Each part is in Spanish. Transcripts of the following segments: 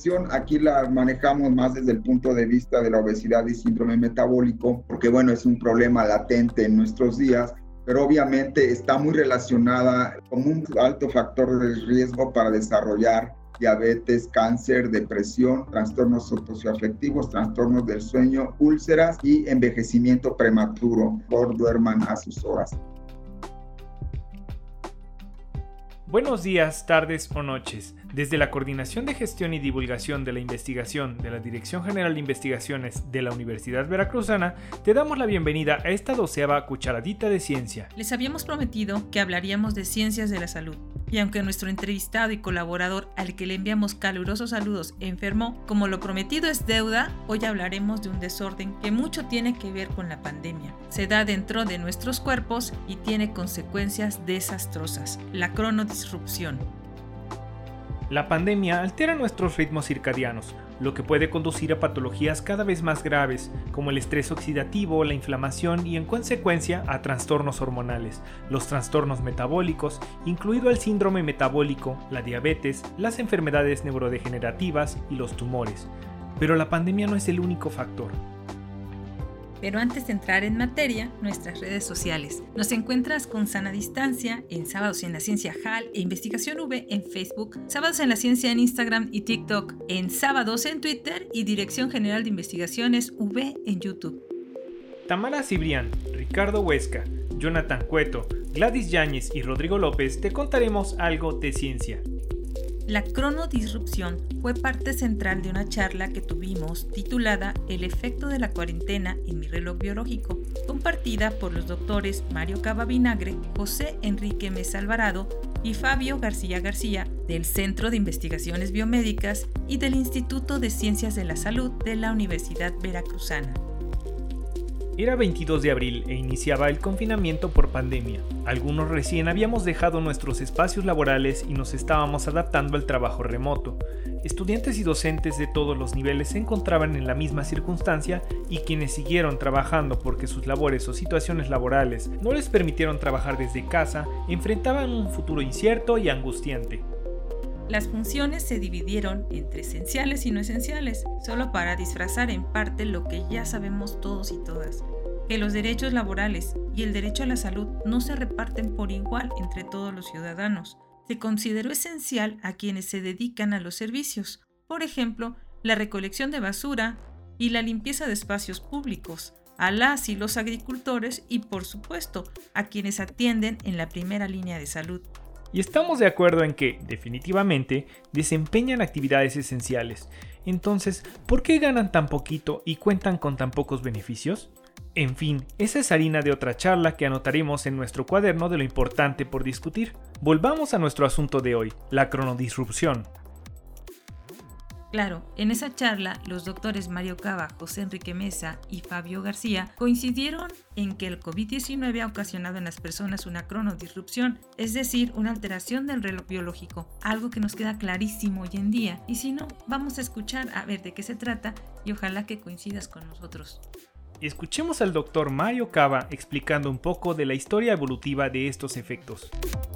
disrupción aquí la manejamos más desde el punto de vista de la obesidad y síndrome metabólico, porque bueno, es un problema latente en nuestros días, pero obviamente está muy relacionada con un alto factor de riesgo para desarrollar diabetes, cáncer, depresión, trastornos socioafectivos, trastornos del sueño, úlceras y envejecimiento prematuro. Por duerman a sus horas. Buenos días, tardes o noches. Desde la Coordinación de Gestión y Divulgación de la Investigación de la Dirección General de Investigaciones de la Universidad Veracruzana, te damos la bienvenida a esta 12ª cucharadita de ciencia. Les habíamos prometido que hablaríamos de ciencias de la salud. Y aunque nuestro entrevistado y colaborador, al que le enviamos calurosos saludos, enfermó, como lo prometido es deuda, hoy hablaremos de un desorden que mucho tiene que ver con la pandemia. Se da dentro de nuestros cuerpos y tiene consecuencias desastrosas: la cronodisrupción. La pandemia altera nuestros ritmos circadianos, lo que puede conducir a patologías cada vez más graves, como el estrés oxidativo, la inflamación y en consecuencia a trastornos hormonales, los trastornos metabólicos, incluido el síndrome metabólico, la diabetes, las enfermedades neurodegenerativas y los tumores. Pero la pandemia no es el único factor. Pero antes de entrar en materia, nuestras redes sociales. Nos encuentras con Sana Distancia en Sábados en la Ciencia JAL e Investigación V en Facebook, Sábados en la Ciencia en Instagram y TikTok, en Sábados en Twitter y Dirección General de Investigaciones V en YouTube. Tamara Cibrián, Ricardo Huesca, Jonathan Cueto, Gladys Yáñez y Rodrigo López te contaremos algo de ciencia. La cronodisrupción fue parte central de una charla que tuvimos titulada El efecto de la cuarentena en mi reloj biológico, compartida por los doctores Mario Cava Vinagre, José Enrique Mesa Alvarado y Fabio García García del Centro de Investigaciones Biomédicas y del Instituto de Ciencias de la Salud de la Universidad Veracruzana. Era 22 de abril e iniciaba el confinamiento por pandemia. Algunos recién habíamos dejado nuestros espacios laborales y nos estábamos adaptando al trabajo remoto. Estudiantes y docentes de todos los niveles se encontraban en la misma circunstancia y quienes siguieron trabajando porque sus labores o situaciones laborales no les permitieron trabajar desde casa enfrentaban un futuro incierto y angustiante. Las funciones se dividieron entre esenciales y no esenciales, solo para disfrazar en parte lo que ya sabemos todos y todas, que los derechos laborales y el derecho a la salud no se reparten por igual entre todos los ciudadanos. Se consideró esencial a quienes se dedican a los servicios, por ejemplo, la recolección de basura y la limpieza de espacios públicos, a las y los agricultores y, por supuesto, a quienes atienden en la primera línea de salud. Y estamos de acuerdo en que, definitivamente, desempeñan actividades esenciales. Entonces, ¿por qué ganan tan poquito y cuentan con tan pocos beneficios? En fin, esa es harina de otra charla que anotaremos en nuestro cuaderno de lo importante por discutir. Volvamos a nuestro asunto de hoy, la cronodisrupción. Claro, en esa charla, los doctores Mario Cava, José Enrique Mesa y Fabio García coincidieron en que el COVID-19 ha ocasionado en las personas una cronodisrupción, es decir, una alteración del reloj biológico, algo que nos queda clarísimo hoy en día. Y si no, vamos a escuchar a ver de qué se trata y ojalá que coincidas con nosotros. Escuchemos al doctor Mario Cava explicando un poco de la historia evolutiva de estos efectos.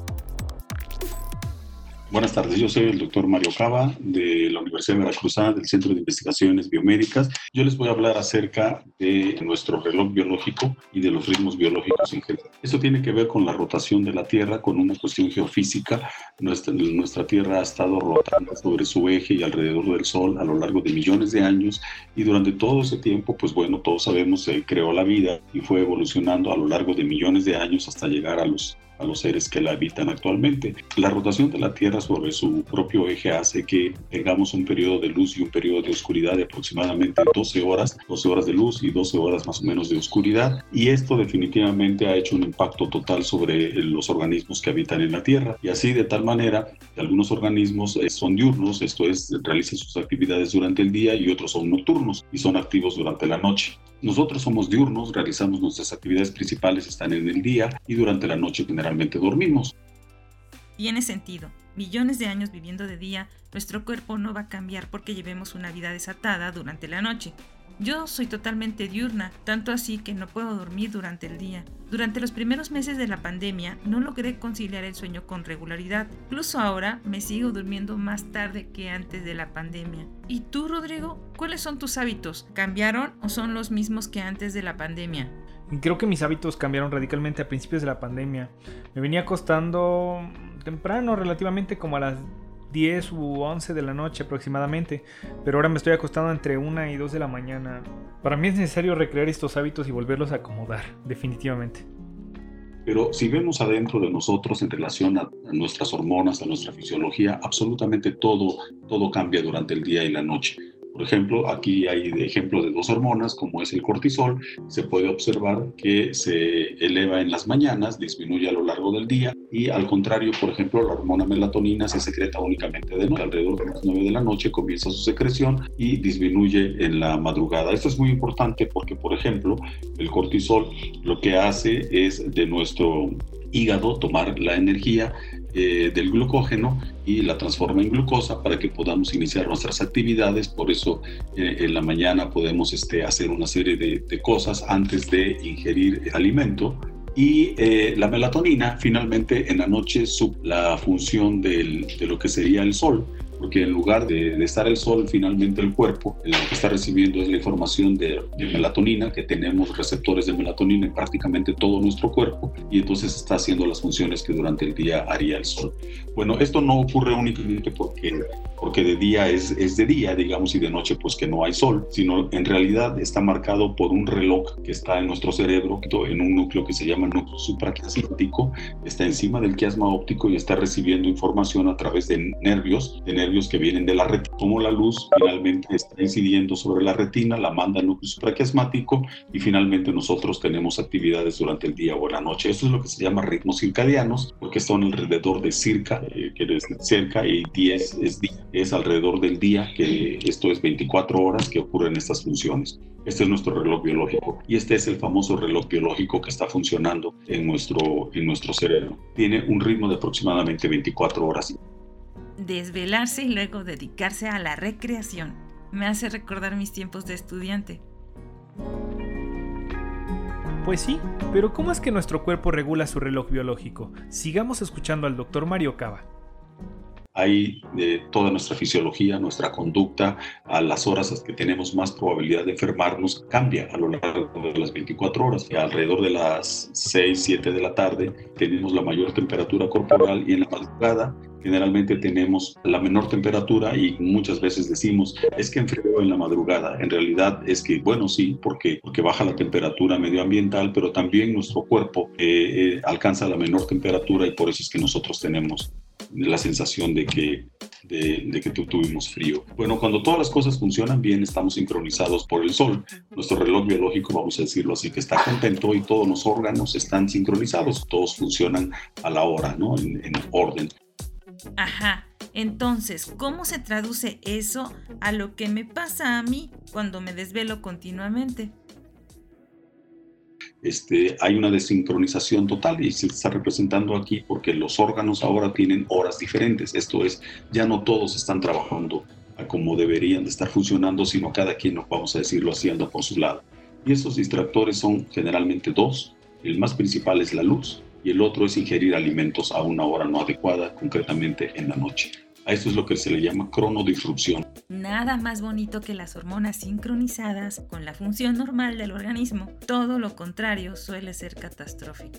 Buenas tardes, yo soy el doctor Mario Cava de la Universidad Veracruzana del Centro de Investigaciones Biomédicas. Yo les voy a hablar acerca de nuestro reloj biológico y de los ritmos biológicos en general. Esto tiene que ver con la rotación de la Tierra, con una cuestión geofísica. Nuestra Tierra ha estado rotando sobre su eje y alrededor del Sol a lo largo de millones de años y durante todo ese tiempo, pues bueno, todos sabemos, se creó la vida y fue evolucionando a lo largo de millones de años hasta llegar a los seres que la habitan actualmente. La rotación de la Tierra sobre su propio eje hace que tengamos un periodo de luz y un periodo de oscuridad de aproximadamente 12 horas de luz y 12 horas más o menos de oscuridad, y esto definitivamente ha hecho un impacto total sobre los organismos que habitan en la Tierra, y así de tal manera que algunos organismos son diurnos, esto es, realizan sus actividades durante el día, y otros son nocturnos y son activos durante la noche. Nosotros somos diurnos, realizamos nuestras actividades principales, están en el día, y durante la noche generalmente dormimos. Tiene sentido. Millones de años viviendo de día, nuestro cuerpo no va a cambiar porque llevemos una vida desatada durante la noche. Yo soy totalmente diurna, tanto así que no puedo dormir durante el día. Durante los primeros meses de la pandemia no logré conciliar el sueño con regularidad. Incluso ahora me sigo durmiendo más tarde que antes de la pandemia. ¿Y tú, Rodrigo? ¿Cuáles son tus hábitos? ¿Cambiaron o son los mismos que antes de la pandemia? Creo que mis hábitos cambiaron radicalmente a principios de la pandemia. Me venía acostando temprano, relativamente como a las 10 u 11 de la noche aproximadamente, pero ahora me estoy acostando entre 1 y 2 de la mañana. Para mí es necesario recrear estos hábitos y volverlos a acomodar, definitivamente. Pero si vemos adentro de nosotros en relación a nuestras hormonas, a nuestra fisiología, absolutamente todo cambia durante el día y la noche. Por ejemplo, aquí hay de ejemplo de 2 hormonas, como es el cortisol. Se puede observar que se eleva en las mañanas, disminuye a lo largo del día, y al contrario, por ejemplo, la hormona melatonina se secreta únicamente de noche. Alrededor de las 9 de la noche comienza su secreción y disminuye en la madrugada. Esto es muy importante porque, por ejemplo, el cortisol lo que hace es de nuestro hígado tomar la energía del glucógeno y la transforma en glucosa para que podamos iniciar nuestras actividades. Por eso en la mañana podemos hacer una serie de cosas antes de ingerir el alimento. Y la melatonina finalmente en la noche sube la función de lo que sería el sol, porque en lugar de estar el sol, finalmente el cuerpo lo que está recibiendo es la información de melatonina, que tenemos receptores de melatonina en prácticamente todo nuestro cuerpo, y entonces está haciendo las funciones que durante el día haría el sol. Bueno, esto no ocurre únicamente porque de día es de día, digamos, y de noche pues que no hay sol, sino en realidad está marcado por un reloj que está en nuestro cerebro, en un núcleo que se llama núcleo supraquiasmático, está encima del quiasma óptico y está recibiendo información a través de nervios que vienen de la retina. Como la luz finalmente está incidiendo sobre la retina, la manda al núcleo supraquiasmático y finalmente nosotros tenemos actividades durante el día o la noche. Eso es lo que se llama ritmos circadianos, porque son alrededor de circa, que es cerca, y 10 es día. Es alrededor del día, que esto es 24 horas que ocurren estas funciones. Este es nuestro reloj biológico y este es el famoso reloj biológico que está funcionando en nuestro cerebro. Tiene un ritmo de aproximadamente 24 horas. Desvelarse y luego dedicarse a la recreación me hace recordar mis tiempos de estudiante. Pues sí, pero ¿cómo es que nuestro cuerpo regula su reloj biológico? Sigamos escuchando al Dr. Mario Cava. Hay toda nuestra fisiología, nuestra conducta, a las horas a que tenemos más probabilidad de enfermarnos, cambia a lo largo de las 24 horas. Alrededor de las 6, 7 de la tarde tenemos la mayor temperatura corporal y en la madrugada generalmente tenemos la menor temperatura y muchas veces decimos, es que enfrió en la madrugada. En realidad es que, bueno, sí, porque baja la temperatura medioambiental, pero también nuestro cuerpo alcanza la menor temperatura y por eso es que nosotros tenemos la sensación de que tuvimos frío. Bueno, cuando todas las cosas funcionan bien, estamos sincronizados por el sol. Nuestro reloj biológico, vamos a decirlo así, que está contento y todos los órganos están sincronizados, todos funcionan a la hora, ¿no? En orden. Ajá, entonces, ¿cómo se traduce eso a lo que me pasa a mí cuando me desvelo continuamente? Hay una desincronización total y se está representando aquí porque los órganos ahora tienen horas diferentes. Esto es, ya no todos están trabajando como deberían de estar funcionando, sino cada quien, vamos a decirlo así, anda por su lado. Y estos distractores son generalmente 2. El más principal es la luz y el otro es ingerir alimentos a una hora no adecuada, concretamente en la noche. A esto es lo que se le llama cronodisrupción. Nada más bonito que las hormonas sincronizadas con la función normal del organismo. Todo lo contrario suele ser catastrófico.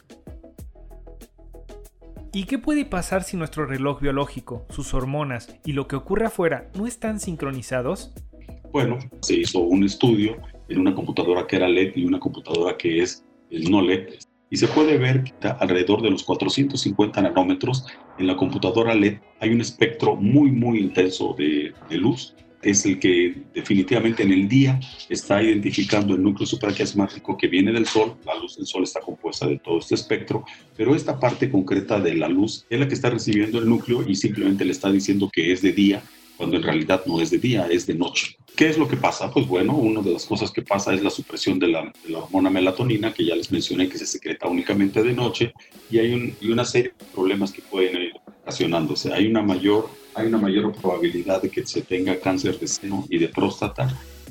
¿Y qué puede pasar si nuestro reloj biológico, sus hormonas y lo que ocurre afuera no están sincronizados? Bueno, se hizo un estudio en una computadora que era LED y una computadora que es el no LED. Y se puede ver que alrededor de los 450 nanómetros en la computadora LED hay un espectro muy, muy intenso de luz. Es el que definitivamente en el día está identificando el núcleo supraquiasmático que viene del sol. La luz del sol está compuesta de todo este espectro, pero esta parte concreta de la luz es la que está recibiendo el núcleo y simplemente le está diciendo que es de día, cuando en realidad no es de día, es de noche. ¿Qué es lo que pasa? Pues bueno, una de las cosas que pasa es la supresión de la hormona melatonina, que ya les mencioné que se secreta únicamente de noche, y hay una serie de problemas que pueden ir ocasionándose. Hay una mayor probabilidad de que se tenga cáncer de seno y de próstata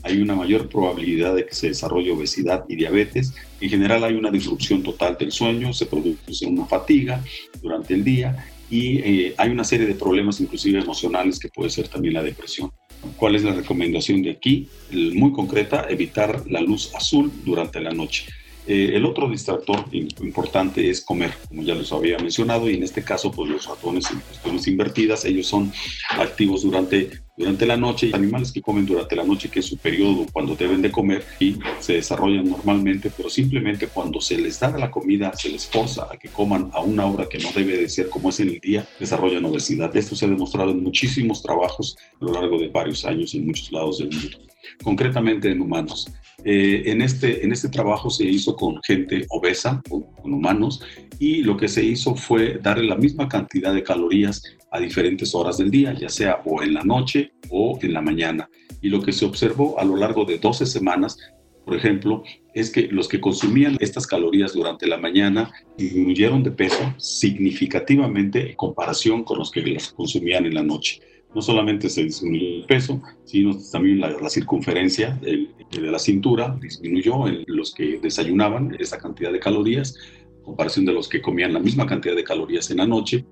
hay una mayor probabilidad de que se desarrolle obesidad y diabetes. En general hay una disrupción total del sueño, se produce una fatiga durante el día y hay una serie de problemas inclusive emocionales que puede ser también la depresión. ¿Cuál es la recomendación de aquí? Muy concreta, evitar la luz azul durante la noche. El otro distractor importante es comer, como ya les había mencionado, y en este caso, pues los ratones en cuestiones invertidas, ellos son activos durante la noche. Animales que comen durante la noche, que es su periodo cuando deben de comer, y se desarrollan normalmente, pero simplemente cuando se les da la comida, se les forza a que coman a una hora que no debe de ser como es en el día, desarrollan obesidad. Esto se ha demostrado en muchísimos trabajos a lo largo de varios años en muchos lados del mundo, concretamente en humanos. En este trabajo se hizo con gente obesa, con humanos, y lo que se hizo fue darle la misma cantidad de calorías a diferentes horas del día, ya sea o en la noche o en la mañana. Y lo que se observó a lo largo de 12 semanas, por ejemplo, es que los que consumían estas calorías durante la mañana disminuyeron de peso significativamente en comparación con los que las consumían en la noche. No solamente se disminuyó el peso, sino también la circunferencia de la cintura disminuyó en los que desayunaban esa cantidad de calorías, en comparación de los que comían la misma cantidad de calorías en la noche.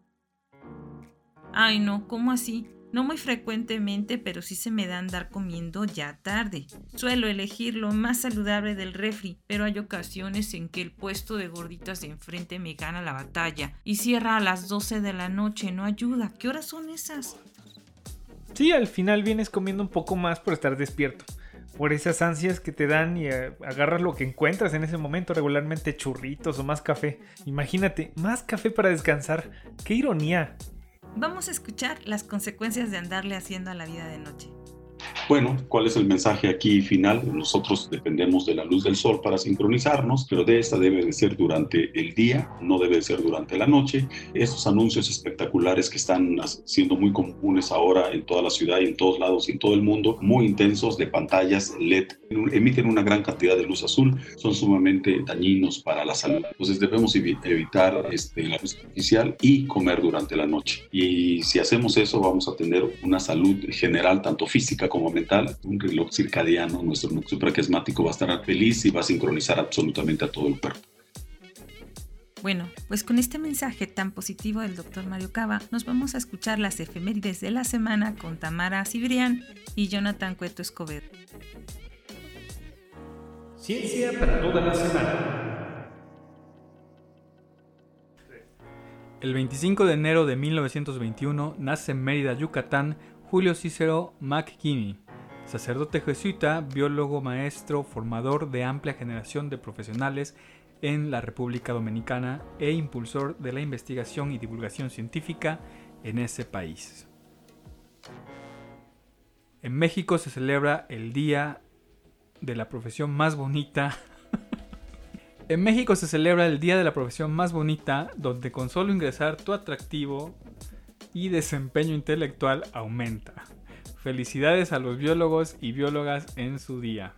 Ay no, ¿cómo así? No muy frecuentemente, pero sí se me da andar comiendo ya tarde. Suelo elegir lo más saludable del refri, pero hay ocasiones en que el puesto de gorditas de enfrente me gana la batalla y cierra a las 12 de la noche, no ayuda. ¿Qué horas son esas? Sí, al final vienes comiendo un poco más por estar despierto, por esas ansias que te dan y agarras lo que encuentras en ese momento, regularmente churritos o más café. Imagínate, más café para descansar. ¡Qué ironía! Vamos a escuchar las consecuencias de andarle haciendo a la vida de noche. Bueno, ¿cuál es el mensaje aquí final? Nosotros dependemos de la luz del sol para sincronizarnos, pero de esta debe de ser durante el día, no debe de ser durante la noche. Estos anuncios espectaculares que están siendo muy comunes ahora en toda la ciudad y en todos lados y en todo el mundo, muy intensos, de pantallas LED, emiten una gran cantidad de luz azul, son sumamente dañinos para la salud. Entonces debemos evitar la luz artificial y comer durante la noche. Y si hacemos eso, vamos a tener una salud general, tanto física como mental, un reloj circadiano, nuestro núcleo supraquiasmático va a estar feliz y va a sincronizar absolutamente a todo el cuerpo. Bueno, pues con este mensaje tan positivo del Dr. Mario Cava, nos vamos a escuchar las efemérides de la semana con Tamara Cibrián y Jonathan Cueto Escobar. Ciencia para toda la semana. El 25 de enero de 1921 nace en Mérida, Yucatán, Julio Cícero McKinney, sacerdote jesuita, biólogo, maestro, formador de amplia generación de profesionales en la República Dominicana e impulsor de la investigación y divulgación científica en ese país. En México se celebra el Día de la Profesión Más Bonita. En México se celebra el Día de la Profesión Más Bonita, donde con solo ingresar tu atractivo y desempeño intelectual aumenta. Felicidades a los biólogos y biólogas en su día.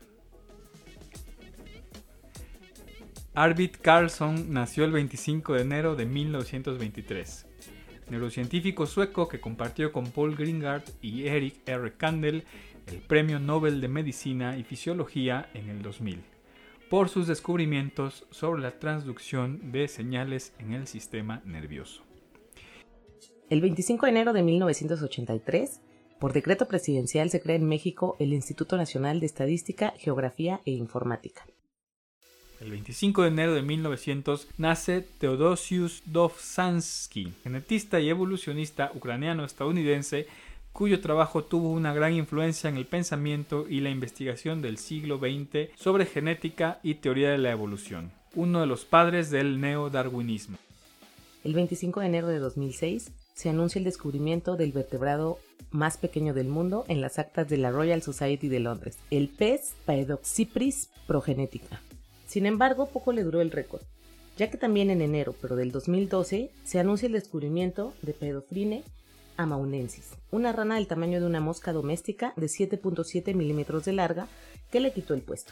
Arvid Carlsson nació el 25 de enero de 1923. Neurocientífico sueco que compartió con Paul Greengard y Eric R. Kandel el Premio Nobel de Medicina y Fisiología en el 2000, por sus descubrimientos sobre la transducción de señales en el sistema nervioso. El 25 de enero de 1983, por decreto presidencial se crea en México el Instituto Nacional de Estadística, Geografía e Informática. El 25 de enero de 1900 nace Teodosius Dovzhansky, genetista y evolucionista ucraniano-estadounidense, cuyo trabajo tuvo una gran influencia en el pensamiento y la investigación del siglo XX sobre genética y teoría de la evolución, uno de los padres del neodarwinismo. El 25 de enero de 2006 se anuncia el descubrimiento del vertebrado más pequeño del mundo en las actas de la Royal Society de Londres, el pez Paedoxypris progenetica. Sin embargo, poco le duró el récord, ya que también en enero, pero del 2012, se anuncia el descubrimiento de Pedophrine amaunensis, una rana del tamaño de una mosca doméstica de 7.7 milímetros de larga que le quitó el puesto.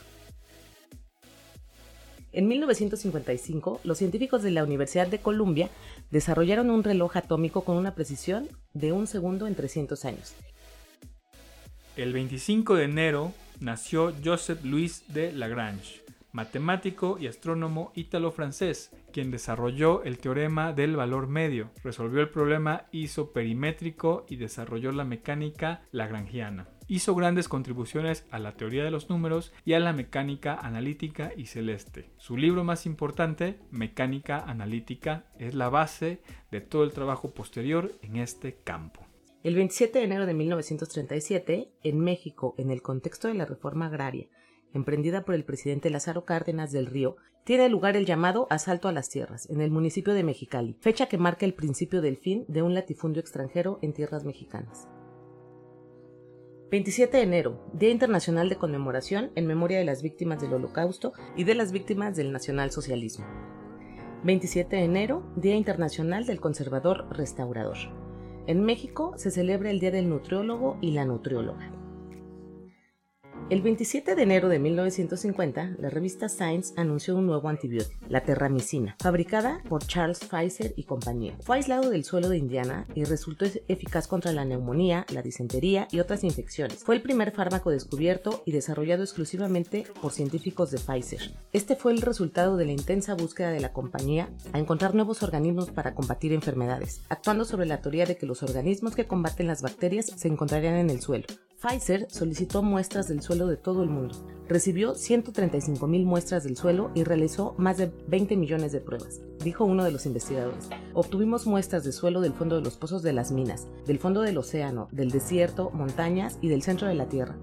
En 1955, los científicos de la Universidad de Columbia desarrollaron un reloj atómico con una precisión de 1 segundo en 300 años. El 25 de enero nació Joseph Louis de Lagrange, matemático y astrónomo ítalo-francés, quien desarrolló el teorema del valor medio, resolvió el problema isoperimétrico y desarrolló la mecánica lagrangiana. Hizo grandes contribuciones a la teoría de los números y a la mecánica analítica y celeste. Su libro más importante, Mecánica Analítica, es la base de todo el trabajo posterior en este campo. El 27 de enero de 1937, en México, en el contexto de la reforma agraria, emprendida por el presidente Lázaro Cárdenas del Río, tiene lugar el llamado Asalto a las Tierras, en el municipio de Mexicali, fecha que marca el principio del fin de un latifundio extranjero en tierras mexicanas. 27 de enero, Día Internacional de Conmemoración en memoria de las víctimas del Holocausto y de las víctimas del nacionalsocialismo. 27 de enero, Día Internacional del Conservador Restaurador. En México se celebra el Día del Nutriólogo y la Nutrióloga. El 27 de enero de 1950, la revista Science anunció un nuevo antibiótico, la terramicina, fabricada por Charles Pfizer y compañía. Fue aislado del suelo de Indiana y resultó eficaz contra la neumonía, la disentería y otras infecciones. Fue el primer fármaco descubierto y desarrollado exclusivamente por científicos de Pfizer. Este fue el resultado de la intensa búsqueda de la compañía a encontrar nuevos organismos para combatir enfermedades, actuando sobre la teoría de que los organismos que combaten las bacterias se encontrarían en el suelo. Pfizer solicitó muestras del suelo de todo el mundo. Recibió 135,000 muestras del suelo y realizó más de 20 millones de pruebas, dijo uno de los investigadores. Obtuvimos muestras de suelo del fondo de los pozos de las minas, del fondo del océano, del desierto, montañas y del centro de la Tierra.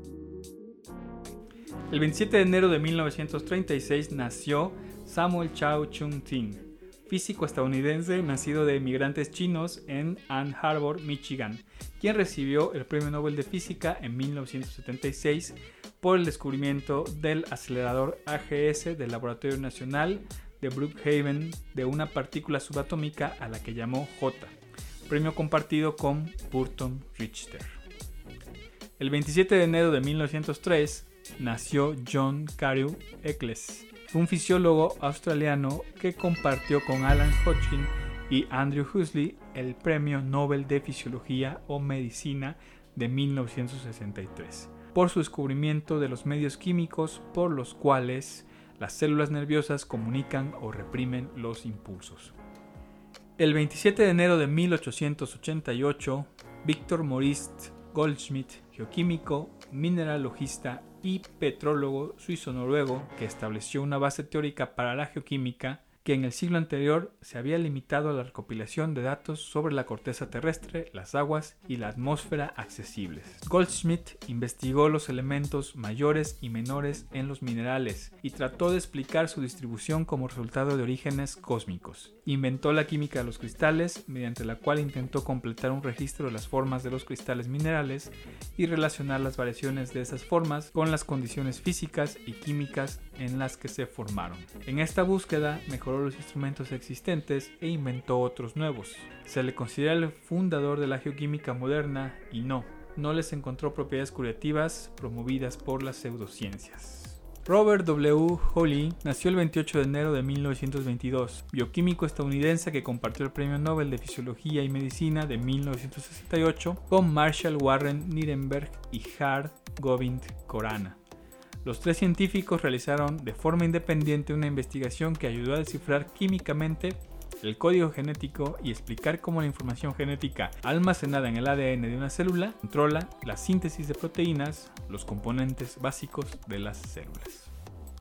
El 27 de enero de 1936 nació Samuel Chao Chung-ting, físico estadounidense nacido de emigrantes chinos en Ann Arbor, Michigan, quien recibió el Premio Nobel de Física en 1976 por el descubrimiento del acelerador AGS del Laboratorio Nacional de Brookhaven de una partícula subatómica a la que llamó J, premio compartido con Burton Richter. El 27 de enero de 1903 nació John Carew Eccles, un fisiólogo australiano que compartió con Alan Hodgkin y Andrew Huxley el Premio Nobel de Fisiología o Medicina de 1963 por su descubrimiento de los medios químicos por los cuales las células nerviosas comunican o reprimen los impulsos. El 27 de enero de 1888, Victor Maurice Goldschmidt, geoquímico, mineralogista y petrólogo suizo-noruego que estableció una base teórica para la geoquímica que en el siglo anterior se había limitado a la recopilación de datos sobre la corteza terrestre, las aguas y la atmósfera accesibles. Goldschmidt investigó los elementos mayores y menores en los minerales y trató de explicar su distribución como resultado de orígenes cósmicos. Inventó la química de los cristales, mediante la cual intentó completar un registro de las formas de los cristales minerales y relacionar las variaciones de esas formas con las condiciones físicas y químicas en las que se formaron. En esta búsqueda mejoró los instrumentos existentes e inventó otros nuevos. Se le considera el fundador de la geoquímica moderna y no les encontró propiedades curativas promovidas por las pseudociencias. Robert W. Hawley nació el 28 de enero de 1922, bioquímico estadounidense que compartió el Premio Nobel de Fisiología y Medicina de 1968 con Marshall Warren Nirenberg y Har Govind Khorana. Los tres científicos realizaron de forma independiente una investigación que ayudó a descifrar químicamente el código genético y explicar cómo la información genética almacenada en el ADN de una célula controla la síntesis de proteínas, los componentes básicos de las células.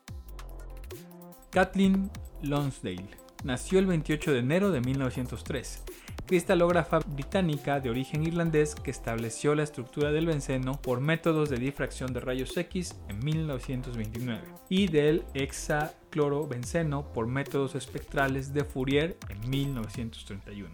Kathleen Lonsdale nació el 28 de enero de 1903. Cristalógrafa británica de origen irlandés que estableció la estructura del benceno por métodos de difracción de rayos X en 1929 y del hexaclorobenceno por métodos espectrales de Fourier en 1931.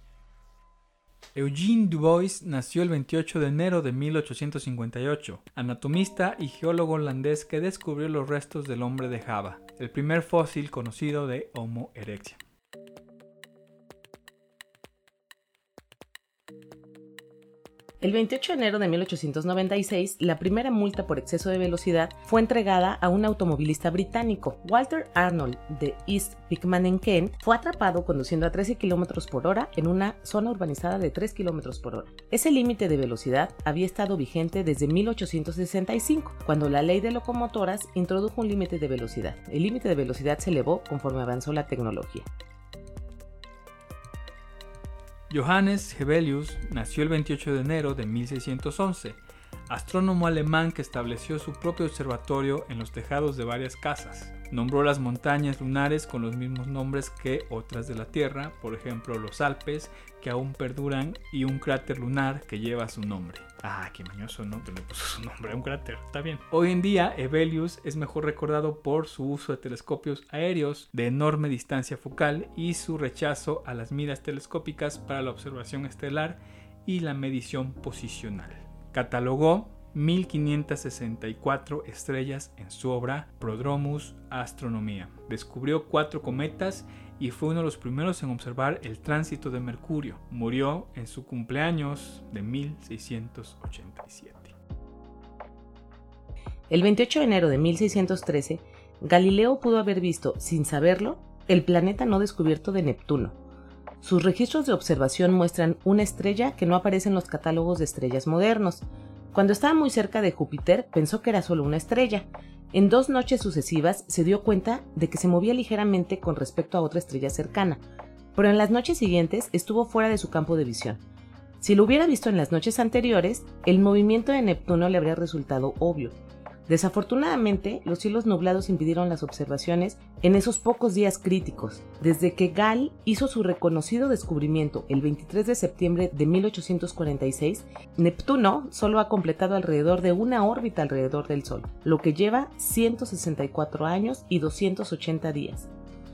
Eugene Dubois nació el 28 de enero de 1858, anatomista y geólogo holandés que descubrió los restos del hombre de Java, el primer fósil conocido de Homo erectus. El 28 de enero de 1896, la primera multa por exceso de velocidad fue entregada a un automovilista británico. Walter Arnold de East Pickman en Kent fue atrapado conduciendo a 13 km por hora en una zona urbanizada de 3 km por hora. Ese límite de velocidad había estado vigente desde 1865, cuando la ley de locomotoras introdujo un límite de velocidad. El límite de velocidad se elevó conforme avanzó la tecnología. Johannes Hevelius nació el 28 de enero de 1611, astrónomo alemán que estableció su propio observatorio en los tejados de varias casas. Nombró las montañas lunares con los mismos nombres que otras de la Tierra, por ejemplo los Alpes, que aún perduran, y un cráter lunar que lleva su nombre. Ah, qué mañoso, ¿no? Que le puso su nombre a un cráter. Está bien. Hoy en día, Hevelius es mejor recordado por su uso de telescopios aéreos de enorme distancia focal y su rechazo a las miras telescópicas para la observación estelar y la medición posicional. Catalogó 1564 estrellas en su obra Prodromus Astronomia. Descubrió 4 cometas y fue uno de los primeros en observar el tránsito de Mercurio. Murió en su cumpleaños de 1687. El 28 de enero de 1613, Galileo pudo haber visto, sin saberlo, el planeta no descubierto de Neptuno. Sus registros de observación muestran una estrella que no aparece en los catálogos de estrellas modernos. Cuando estaba muy cerca de Júpiter, pensó que era solo una estrella. En 2 noches sucesivas se dio cuenta de que se movía ligeramente con respecto a otra estrella cercana, pero en las noches siguientes estuvo fuera de su campo de visión. Si lo hubiera visto en las noches anteriores, el movimiento de Neptuno le habría resultado obvio. Desafortunadamente, los cielos nublados impidieron las observaciones en esos pocos días críticos. Desde que Gall hizo su reconocido descubrimiento el 23 de septiembre de 1846, Neptuno solo ha completado alrededor de una órbita alrededor del Sol, lo que lleva 164 años y 280 días.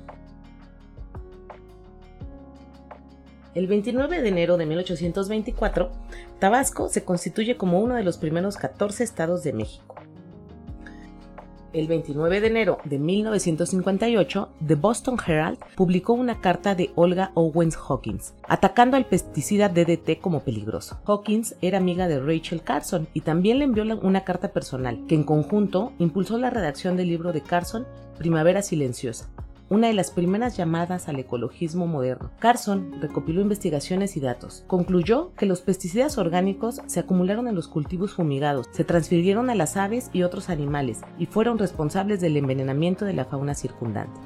El 29 de enero de 1824, Tabasco se constituye como uno de los primeros 14 estados de México. El 29 de enero de 1958, The Boston Herald publicó una carta de Olga Owens Hawkins, atacando al pesticida DDT como peligroso. Hawkins era amiga de Rachel Carson y también le envió una carta personal, que en conjunto impulsó la redacción del libro de Carson, Primavera Silenciosa, una de las primeras llamadas al ecologismo moderno. Carson recopiló investigaciones y datos. Concluyó que los pesticidas orgánicos se acumularon en los cultivos fumigados, se transfirieron a las aves y otros animales y fueron responsables del envenenamiento de la fauna circundante.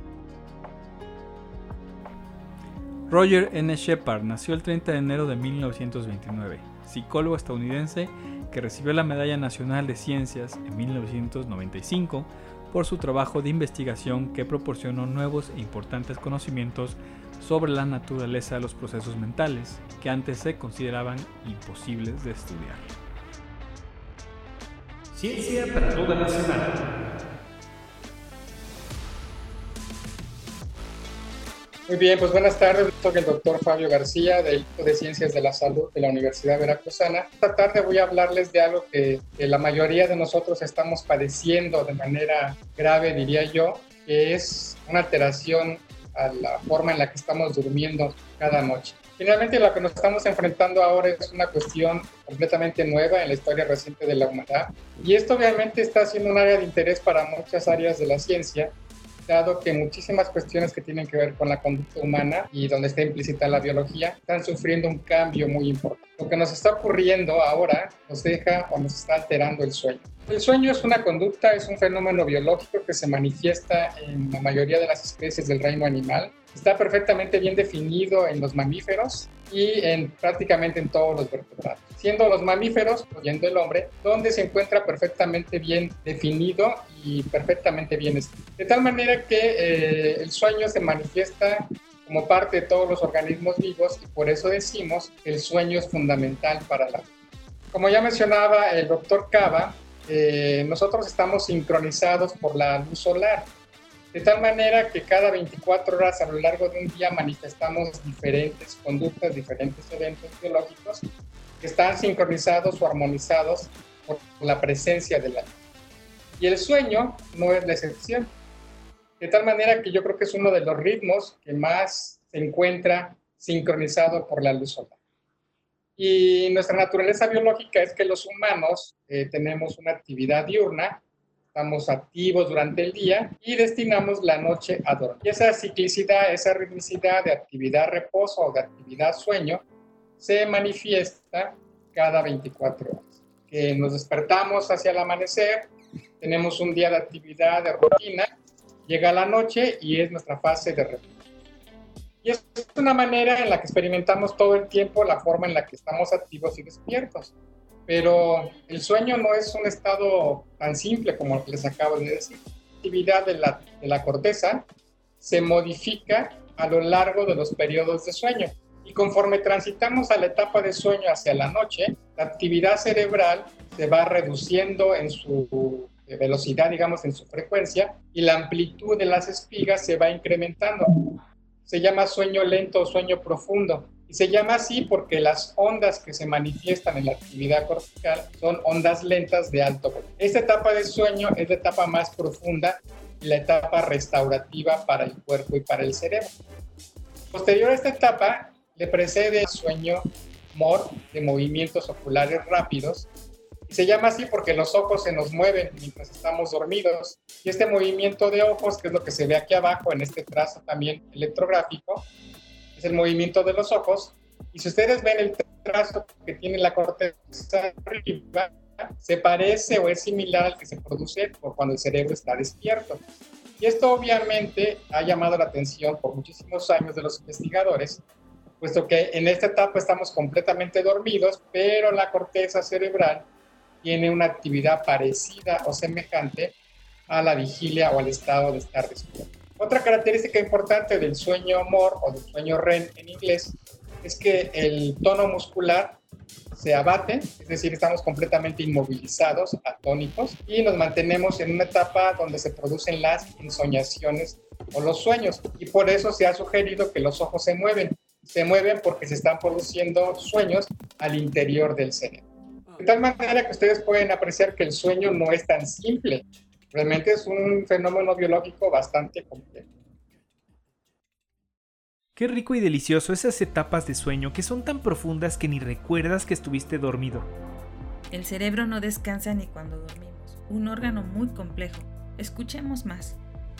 Roger N. Shepard nació el 30 de enero de 1929, psicólogo estadounidense que recibió la Medalla Nacional de Ciencias en 1995 por su trabajo de investigación que proporcionó nuevos e importantes conocimientos sobre la naturaleza de los procesos mentales que antes se consideraban imposibles de estudiar. Ciencia para toda la semana. Muy bien, pues buenas tardes. Soy el doctor Fabio García del Instituto de Ciencias de la Salud de la Universidad Veracruzana. Esta tarde voy a hablarles de algo que la mayoría de nosotros estamos padeciendo de manera grave, diría yo, que es una alteración a la forma en la que estamos durmiendo cada noche. Finalmente, lo que nos estamos enfrentando ahora es una cuestión completamente nueva en la historia reciente de la humanidad. Y esto obviamente está siendo un área de interés para muchas áreas de la ciencia, dado que muchísimas cuestiones que tienen que ver con la conducta humana y donde está implícita la biología están sufriendo un cambio muy importante. Lo que nos está ocurriendo ahora nos deja o nos está alterando el sueño. El sueño es una conducta, es un fenómeno biológico que se manifiesta en la mayoría de las especies del reino animal. Está perfectamente bien definido en los mamíferos y prácticamente en todos los vertebrados. Siendo los mamíferos, incluyendo el hombre, donde se encuentra perfectamente bien definido y perfectamente bien escrito. De tal manera que el sueño se manifiesta como parte de todos los organismos vivos y por eso decimos que el sueño es fundamental para la vida. Como ya mencionaba el doctor Cava, nosotros estamos sincronizados por la luz solar. De tal manera que cada 24 horas a lo largo de un día manifestamos diferentes conductas, diferentes eventos biológicos que están sincronizados o armonizados por la presencia de la luz. Y el sueño no es la excepción. De tal manera que yo creo que es uno de los ritmos que más se encuentra sincronizado por la luz solar. Y nuestra naturaleza biológica es que los humanos tenemos una actividad diurna, estamos activos durante el día y destinamos la noche a dormir. Y esa ciclicidad, esa ritmicidad de actividad-reposo o de actividad-sueño se manifiesta cada 24 horas. Que nos despertamos hacia el amanecer, tenemos un día de actividad, de rutina, llega la noche y es nuestra fase de reposo. Y es una manera en la que experimentamos todo el tiempo la forma en la que estamos activos y despiertos. Pero el sueño no es un estado tan simple como les acabo de decir. La actividad de la corteza se modifica a lo largo de los periodos de sueño. Y conforme transitamos a la etapa de sueño hacia la noche, la actividad cerebral se va reduciendo en su velocidad, digamos, en su frecuencia, y la amplitud de las espigas se va incrementando. Se llama sueño lento o sueño profundo. Y se llama así porque las ondas que se manifiestan en la actividad cortical son ondas lentas de alto volumen. Esta etapa de sueño es la etapa más profunda y la etapa restaurativa para el cuerpo y para el cerebro. Posterior a esta etapa, le precede el sueño MOR, de movimientos oculares rápidos. Y se llama así porque los ojos se nos mueven mientras estamos dormidos. Y este movimiento de ojos, que es lo que se ve aquí abajo en este trazo también electrográfico, es el movimiento de los ojos. Y si ustedes ven el trazo que tiene la corteza arriba, se parece o es similar al que se produce cuando el cerebro está despierto. Y esto obviamente ha llamado la atención por muchísimos años de los investigadores, puesto que en esta etapa estamos completamente dormidos, pero la corteza cerebral tiene una actividad parecida o semejante a la vigilia o al estado de estar despierto. Otra característica importante del sueño MOR o del sueño REM en inglés es que el tono muscular se abate, es decir, estamos completamente inmovilizados, atónicos, y nos mantenemos en una etapa donde se producen las ensoñaciones o los sueños, y por eso se ha sugerido que los ojos se mueven. Se mueven porque se están produciendo sueños al interior del cerebro. De tal manera que ustedes pueden apreciar que el sueño no es tan simple. Realmente es un fenómeno biológico bastante complejo. Qué rico y delicioso esas etapas de sueño que son tan profundas que ni recuerdas que estuviste dormido. El cerebro no descansa ni cuando dormimos. Un órgano muy complejo. Escuchemos más.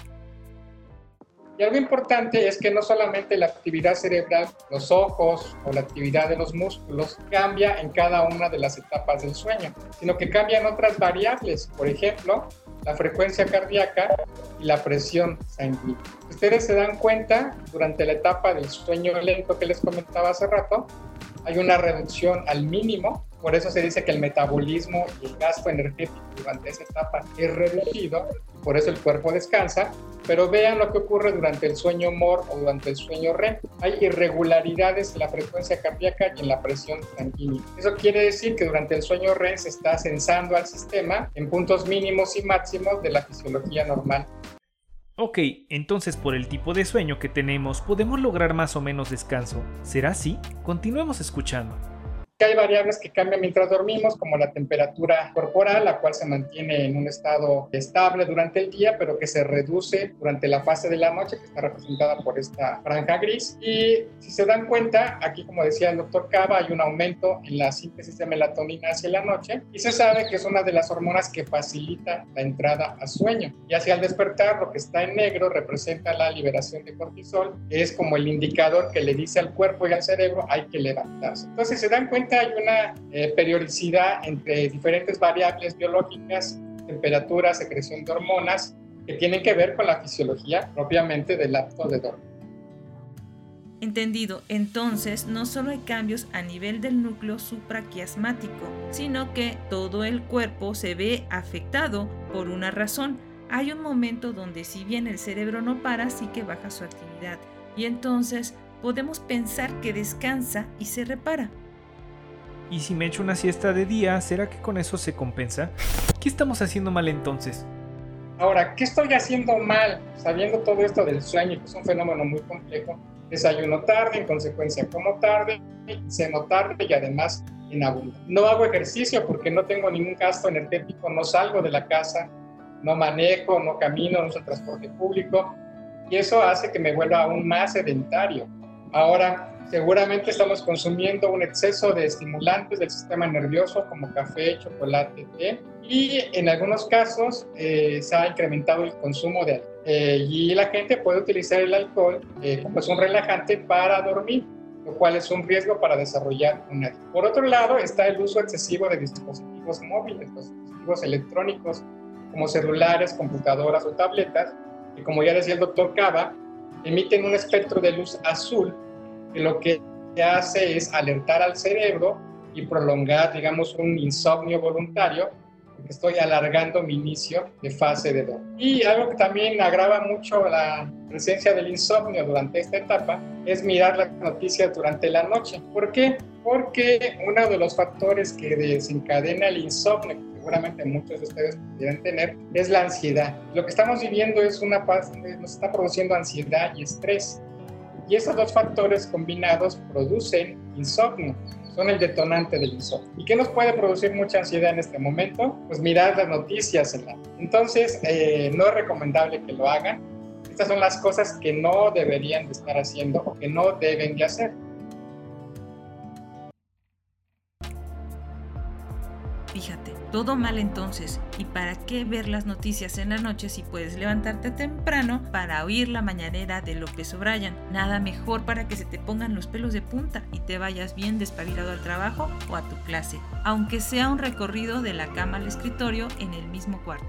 Y algo importante es que no solamente la actividad cerebral, los ojos o la actividad de los músculos cambia en cada una de las etapas del sueño, sino que cambian otras variables, por ejemplo, la frecuencia cardíaca y la presión sanguínea. Ustedes se dan cuenta, durante la etapa del sueño lento que les comentaba hace rato, hay una reducción al mínimo, por eso se dice que el metabolismo y el gasto energético durante esa etapa es reducido, por eso el cuerpo descansa, pero vean lo que ocurre durante el sueño MOR o durante el sueño REM. Hay irregularidades en la frecuencia cardíaca y en la presión sanguínea. Eso quiere decir que durante el sueño REM se está censando al sistema en puntos mínimos y máximos de la fisiología normal. Ok, entonces por el tipo de sueño que tenemos podemos lograr más o menos descanso. ¿Será así? Continuemos escuchando. Hay variables que cambian mientras dormimos, como la temperatura corporal, la cual se mantiene en un estado estable durante el día, pero que se reduce durante la fase de la noche, que está representada por esta franja gris. Y si se dan cuenta, aquí, como decía el doctor Cava, hay un aumento en la síntesis de melatonina hacia la noche, y se sabe que es una de las hormonas que facilita la entrada a sueño. Y hacia el despertar, lo que está en negro representa la liberación de cortisol, que es como el indicador que le dice al cuerpo y al cerebro hay que levantarse. Entonces, se dan cuenta, hay una periodicidad entre diferentes variables biológicas, temperatura, secreción de hormonas, que tienen que ver con la fisiología propiamente del acto de dormir. Entendido. Entonces, no solo hay cambios a nivel del núcleo supraquiasmático, sino que todo el cuerpo se ve afectado por una razón. Hay un momento donde, si bien el cerebro no para, sí que baja su actividad, y entonces podemos pensar que descansa y se repara. ¿Y si me echo una siesta de día, será que con eso se compensa? ¿Qué estamos haciendo mal entonces? Ahora, ¿qué estoy haciendo mal? Sabiendo todo esto del sueño, que es un fenómeno muy complejo, desayuno tarde, en consecuencia como tarde, ceno tarde y además en abundancia. No hago ejercicio porque no tengo ningún gasto energético, no salgo de la casa, no manejo, no camino, no uso transporte público, y eso hace que me vuelva aún más sedentario. Ahora, seguramente estamos consumiendo un exceso de estimulantes del sistema nervioso como café, chocolate, té, y en algunos casos se ha incrementado el consumo de alcohol. Y la gente puede utilizar el alcohol como es un relajante para dormir, lo cual es un riesgo para desarrollar una adicción. Por otro lado, está el uso excesivo de dispositivos móviles, los dispositivos electrónicos como celulares, computadoras o tabletas, que como ya decía el doctor Cava, emiten un espectro de luz azul que lo que hace es alertar al cerebro y prolongar, digamos, un insomnio voluntario, porque estoy alargando mi inicio de fase de dormir. Y algo que también agrava mucho la presencia del insomnio durante esta etapa es mirar las noticias durante la noche. ¿Por qué? Porque uno de los factores que desencadena el insomnio, que seguramente muchos de ustedes pudieran tener, es la ansiedad. Lo que estamos viviendo es nos está produciendo ansiedad y estrés. Y esos dos factores combinados producen insomnio, son el detonante del insomnio. ¿Y qué nos puede producir mucha ansiedad en este momento? Pues mirar las noticias. Entonces, no es recomendable que lo hagan. Estas son las cosas que no deberían de estar haciendo o que no deben de hacer. Fíjate, todo mal entonces. ¿Y para qué ver las noticias en la noche si puedes levantarte temprano para oír la mañanera de López O'Brien? Nada mejor para que se te pongan los pelos de punta y te vayas bien despabilado al trabajo o a tu clase, aunque sea un recorrido de la cama al escritorio en el mismo cuarto.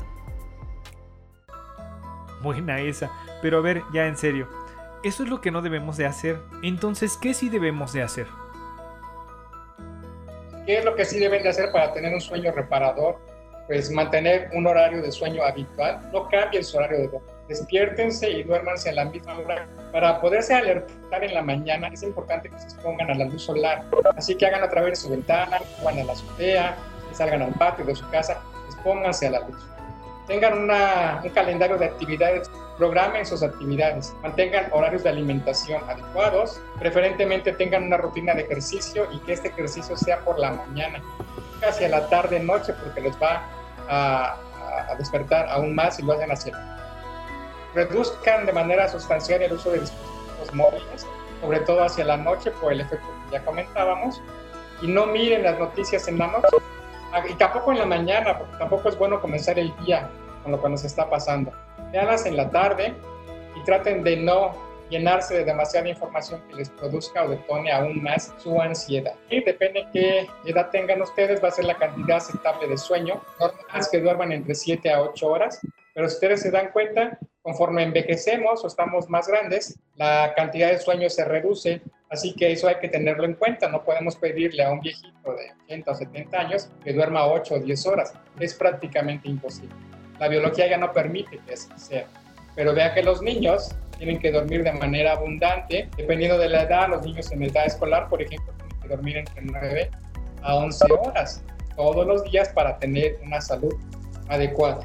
Buena esa, pero a ver, ya en serio, eso es lo que no debemos de hacer. Entonces, ¿qué sí debemos de hacer? ¿Qué es lo que sí deben de hacer para tener un sueño reparador? Pues mantener un horario de sueño habitual, no cambien su horario de dormir. Despiértense y duérmanse a la misma hora. Para poderse alertar en la mañana es importante que se expongan a la luz solar. Así que hagan a través de su ventana, van a la azotea, salgan al patio de su casa, expónganse a la luz. Tengan un calendario de actividades, programen sus actividades, mantengan horarios de alimentación adecuados, preferentemente tengan una rutina de ejercicio y que este ejercicio sea por la mañana, hacia la tarde, noche, porque les va a despertar aún más si lo hacen hacia la noche. Reduzcan de manera sustancial el uso de dispositivos móviles, sobre todo hacia la noche por el efecto que ya comentábamos, y no miren las noticias en la noche. Y tampoco en la mañana, porque tampoco es bueno comenzar el día con lo que nos está pasando. Veanlas en la tarde y traten de no llenarse de demasiada información que les produzca o detone aún más su ansiedad. Y depende de qué edad tengan ustedes, va a ser la cantidad aceptable de sueño. Normal es que duerman entre 7 a 8 horas, pero si ustedes se dan cuenta, conforme envejecemos o estamos más grandes, la cantidad de sueño se reduce, así que eso hay que tenerlo en cuenta. No podemos pedirle a un viejito de 80 o 70 años que duerma 8 o 10 horas. Es prácticamente imposible. La biología ya no permite que así sea. Pero vean que los niños tienen que dormir de manera abundante. Dependiendo de la edad, los niños en edad escolar, por ejemplo, tienen que dormir entre 9 a 11 horas todos los días para tener una salud adecuada.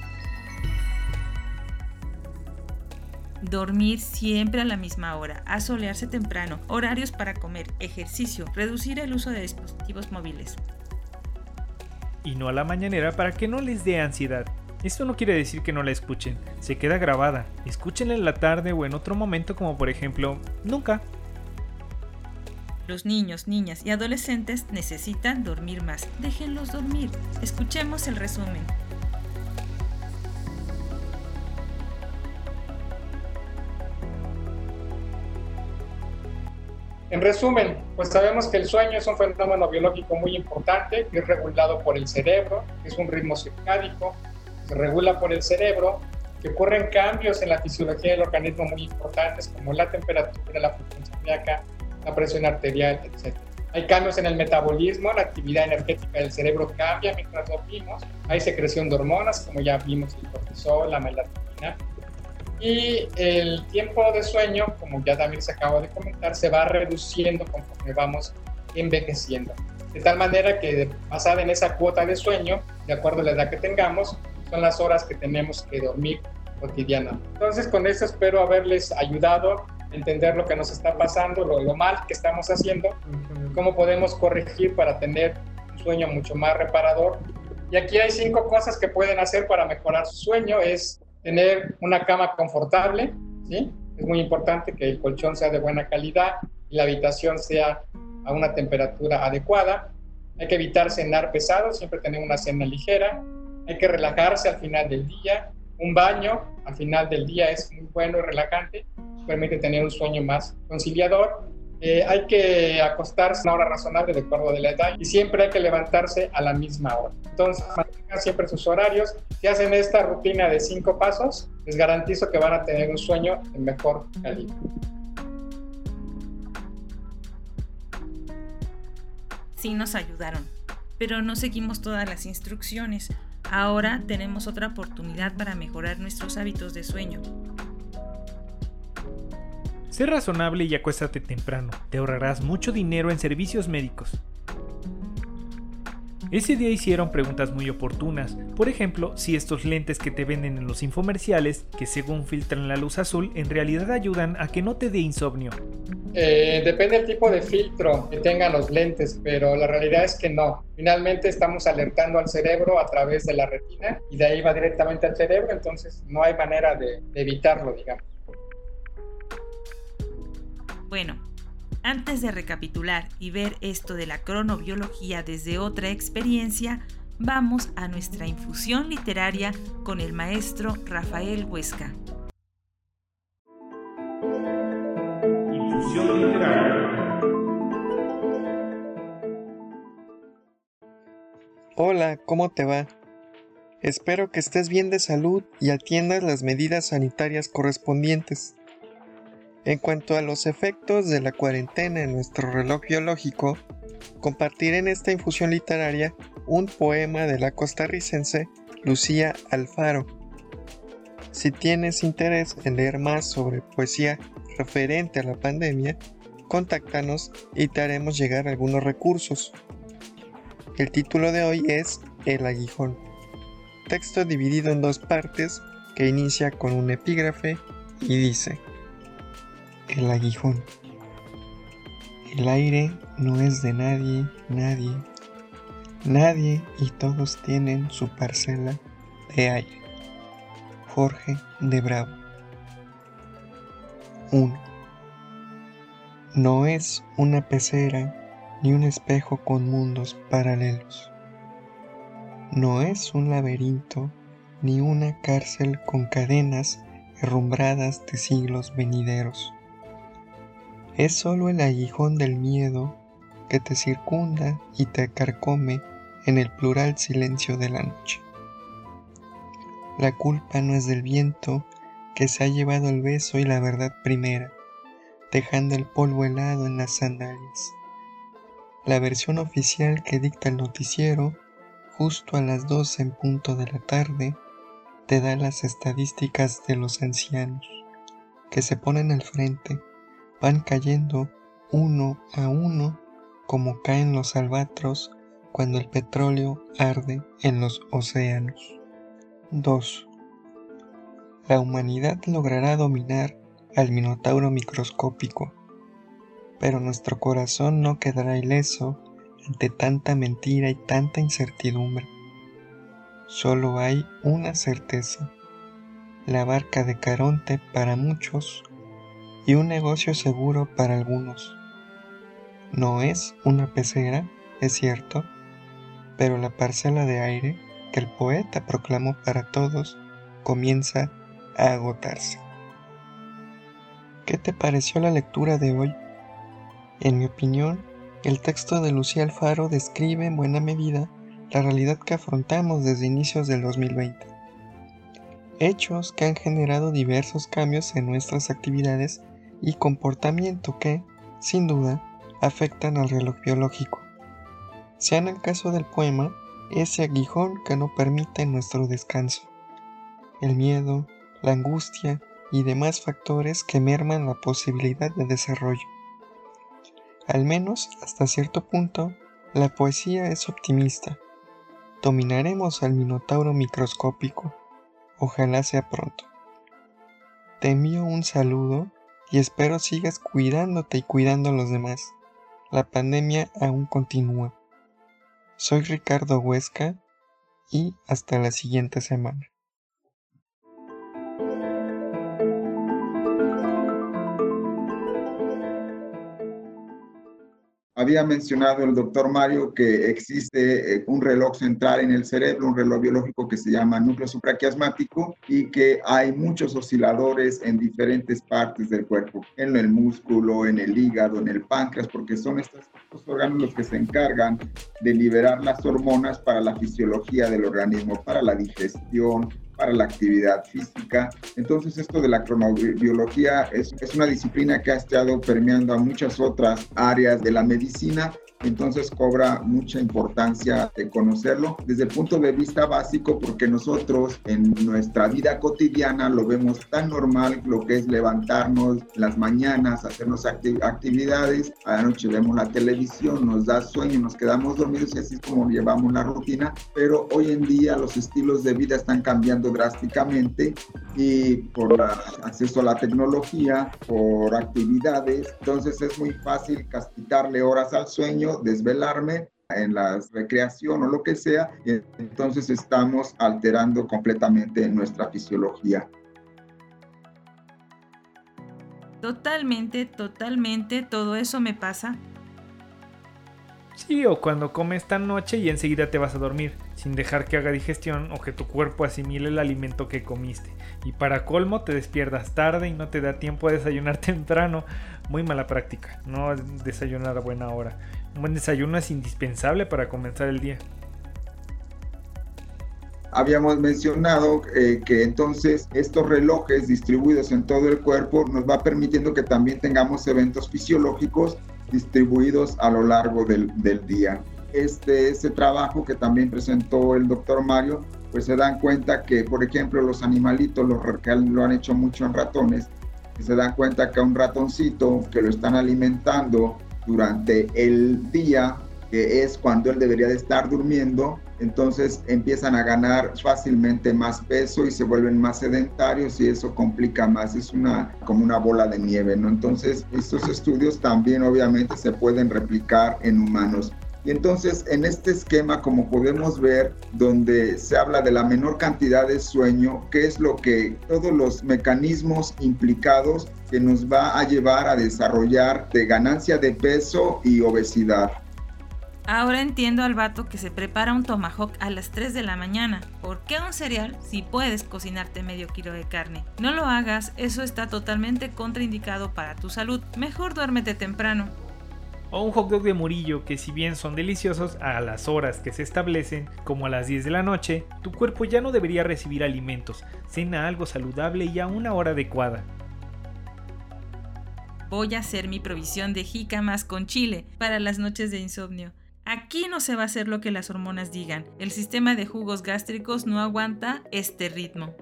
Dormir siempre a la misma hora, asolearse temprano, horarios para comer, ejercicio, reducir el uso de dispositivos móviles. Y no a la mañanera para que no les dé ansiedad. Esto no quiere decir que no la escuchen, se queda grabada. Escúchenla en la tarde o en otro momento, como por ejemplo, nunca. Los niños, niñas y adolescentes necesitan dormir más. Déjenlos dormir. Escuchemos el resumen. En resumen, pues sabemos que el sueño es un fenómeno biológico muy importante, que es regulado por el cerebro, que es un ritmo circádico, se regula por el cerebro, que ocurren cambios en la fisiología del organismo muy importantes, como la temperatura, la frecuencia cardíaca, la presión arterial, etc. Hay cambios en el metabolismo, la actividad energética del cerebro cambia mientras dormimos, hay secreción de hormonas, como ya vimos, el cortisol, la melatonina. Y el tiempo de sueño, como ya también se acaba de comentar, se va reduciendo conforme vamos envejeciendo. De tal manera que basada en esa cuota de sueño, de acuerdo a la edad que tengamos, son las horas que tenemos que dormir cotidianamente. Entonces, con eso espero haberles ayudado a entender lo que nos está pasando, lo mal que estamos haciendo, cómo podemos corregir para tener un sueño mucho más reparador. Y aquí hay 5 cosas que pueden hacer para mejorar su sueño. Es tener una cama confortable, ¿sí? Es muy importante que el colchón sea de buena calidad y la habitación sea a una temperatura adecuada. Hay que evitar cenar pesado, siempre tener una cena ligera. Hay que relajarse al final del día. Un baño al final del día es muy bueno y relajante, permite tener un sueño más conciliador. Hay que acostarse a una hora razonable de acuerdo a la edad y siempre hay que levantarse a la misma hora. Entonces, mantengan siempre sus horarios. Si hacen esta rutina de 5 pasos, les garantizo que van a tener un sueño de mejor calidad. Sí nos ayudaron, pero no seguimos todas las instrucciones. Ahora tenemos otra oportunidad para mejorar nuestros hábitos de sueño. Sé razonable y acuéstate temprano. Te ahorrarás mucho dinero en servicios médicos. Ese día hicieron preguntas muy oportunas. Por ejemplo, si estos lentes que te venden en los infomerciales, que según filtran la luz azul, en realidad ayudan a que no te dé insomnio. Depende del tipo de filtro que tengan los lentes, pero la realidad es que no. Finalmente estamos alertando al cerebro a través de la retina y de ahí va directamente al cerebro, entonces no hay manera de evitarlo, digamos. Bueno, antes de recapitular y ver esto de la cronobiología desde otra experiencia, vamos a nuestra infusión literaria con el maestro Rafael Huesca. Infusión literaria. Hola, ¿cómo te va? Espero que estés bien de salud y atiendas las medidas sanitarias correspondientes. En cuanto a los efectos de la cuarentena en nuestro reloj biológico, compartiré en esta infusión literaria un poema de la costarricense Lucía Alfaro. Si tienes interés en leer más sobre poesía referente a la pandemia, contáctanos y te haremos llegar algunos recursos. El título de hoy es El aguijón, texto dividido en 2 partes que inicia con un epígrafe y dice: El aguijón. El aire no es de nadie, nadie. Nadie y todos tienen su parcela de aire. Jorge de Bravo. 1. No es una pecera ni un espejo con mundos paralelos. No es un laberinto ni una cárcel con cadenas herrumbradas de siglos venideros. Es solo el aguijón del miedo que te circunda y te carcome en el plural silencio de la noche. La culpa no es del viento que se ha llevado el beso y la verdad primera, dejando el polvo helado en las sandalias. La versión oficial que dicta el noticiero, justo a las 12 en punto de la tarde, te da las estadísticas de los ancianos, que se ponen al frente, van cayendo uno a uno como caen los albatros cuando el petróleo arde en los océanos. 2. La humanidad logrará dominar al minotauro microscópico, pero nuestro corazón no quedará ileso ante tanta mentira y tanta incertidumbre. Solo hay una certeza: la barca de Caronte para muchos y un negocio seguro para algunos. No es una pecera, es cierto, pero la parcela de aire que el poeta proclamó para todos comienza a agotarse. ¿Qué te pareció la lectura de hoy? En mi opinión, el texto de Lucía Alfaro describe en buena medida la realidad que afrontamos desde inicios del 2020. Hechos que han generado diversos cambios en nuestras actividades y comportamiento que, sin duda, afectan al reloj biológico. Sea en el caso del poema, ese aguijón que no permite nuestro descanso. El miedo, la angustia y demás factores que merman la posibilidad de desarrollo. Al menos hasta cierto punto, la poesía es optimista. Dominaremos al minotauro microscópico. Ojalá sea pronto. Te envío un saludo y espero sigas cuidándote y cuidando a los demás. La pandemia aún continúa. Soy Ricardo Huesca y hasta la siguiente semana. Había mencionado el doctor Mario que existe un reloj central en el cerebro, un reloj biológico que se llama núcleo supraquiasmático y que hay muchos osciladores en diferentes partes del cuerpo, en el músculo, en el hígado, en el páncreas, porque son estos órganos los que se encargan de liberar las hormonas para la fisiología del organismo, para la digestión, para la actividad física. Entonces esto de la cronobiología es una disciplina que ha estado permeando a muchas otras áreas de la medicina, entonces cobra mucha importancia de conocerlo desde el punto de vista básico, porque nosotros en nuestra vida cotidiana lo vemos tan normal, lo que es levantarnos las mañanas, hacernos actividades, a la noche vemos la televisión, nos da sueño, nos quedamos dormidos y así es como llevamos la rutina, pero hoy en día los estilos de vida están cambiando drásticamente y por acceso a la tecnología, por actividades, entonces es muy fácil quitarle horas al sueño, desvelarme en la recreación o lo que sea, y entonces estamos alterando completamente nuestra fisiología. Totalmente, todo eso me pasa. Sí, o cuando comes tan noche y enseguida te vas a dormir, sin dejar que haga digestión o que tu cuerpo asimile el alimento que comiste. Y para colmo te despiertas tarde y no te da tiempo a desayunar temprano. Muy mala práctica, no desayunar a buena hora. Un buen desayuno es indispensable para comenzar el día. Habíamos mencionado que entonces estos relojes distribuidos en todo el cuerpo nos va permitiendo que también tengamos eventos fisiológicos distribuidos a lo largo del día. Este trabajo que también presentó el doctor Mario, pues se dan cuenta que, por ejemplo, los animalitos, que lo han hecho mucho en ratones, que se dan cuenta que a un ratoncito que lo están alimentando durante el día, que es cuando él debería de estar durmiendo, entonces empiezan a ganar fácilmente más peso y se vuelven más sedentarios y eso complica más, es como una bola de nieve, ¿no? Entonces estos estudios también obviamente se pueden replicar en humanos. Y entonces en este esquema, como podemos ver, donde se habla de la menor cantidad de sueño, que es lo que todos los mecanismos implicados que nos va a llevar a desarrollar de ganancia de peso y obesidad. Ahora entiendo al vato que se prepara un tomahawk a las 3 de la mañana. ¿Por qué un cereal si puedes cocinarte medio kilo de carne? No lo hagas, eso está totalmente contraindicado para tu salud. Mejor duérmete temprano. O un hot dog de Murillo, que si bien son deliciosos a las horas que se establecen, como a las 10 de la noche, tu cuerpo ya no debería recibir alimentos. Cena algo saludable y a una hora adecuada. Voy a hacer mi provisión de jícamas con chile para las noches de insomnio. Aquí no se va a hacer lo que las hormonas digan. El sistema de jugos gástricos no aguanta este ritmo.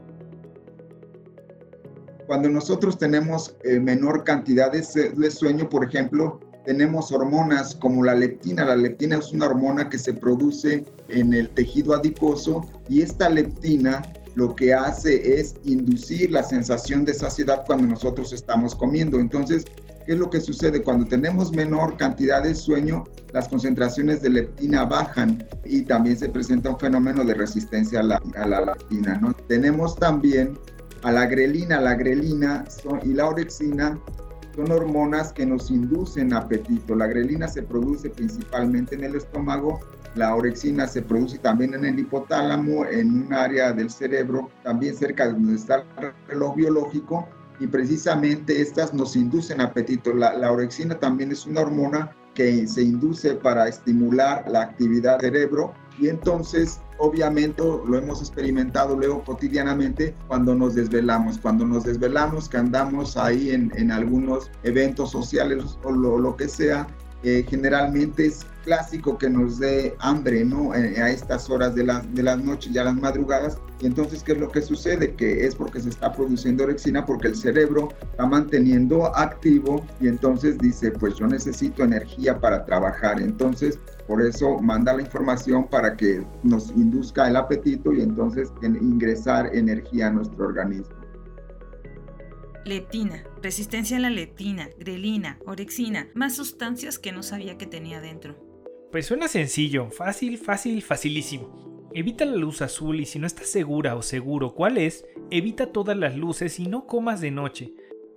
Cuando nosotros tenemos menor cantidad de sueño, por ejemplo, tenemos hormonas como la leptina. La leptina es una hormona que se produce en el tejido adiposo y esta leptina lo que hace es inducir la sensación de saciedad cuando nosotros estamos comiendo. Entonces, ¿qué es lo que sucede? Cuando tenemos menor cantidad de sueño, las concentraciones de leptina bajan y también se presenta un fenómeno de resistencia a la leptina, ¿no? Tenemos también a la grelina. La grelina y la orexina son hormonas que nos inducen apetito. La grelina se produce principalmente en el estómago, la orexina se produce también en el hipotálamo, en un área del cerebro, también cerca de donde está el reloj biológico, y precisamente estas nos inducen apetito. La orexina también es una hormona que se induce para estimular la actividad del cerebro y entonces obviamente lo hemos experimentado luego cotidianamente cuando nos desvelamos, que andamos ahí en algunos eventos sociales o lo que sea, generalmente es clásico que nos dé hambre, ¿no? A estas horas de las noches, ya las madrugadas. Y entonces, ¿qué es lo que sucede? Que es porque se está produciendo orexina, porque el cerebro está manteniendo activo y entonces dice, pues yo necesito energía para trabajar. Entonces, por eso manda la información para que nos induzca el apetito y entonces ingresar energía a nuestro organismo. Leptina, resistencia a la leptina, grelina, orexina, más sustancias que no sabía que tenía dentro. Pues suena sencillo, facilísimo. Evita la luz azul y si no estás segura o seguro cuál es, evita todas las luces y no comas de noche.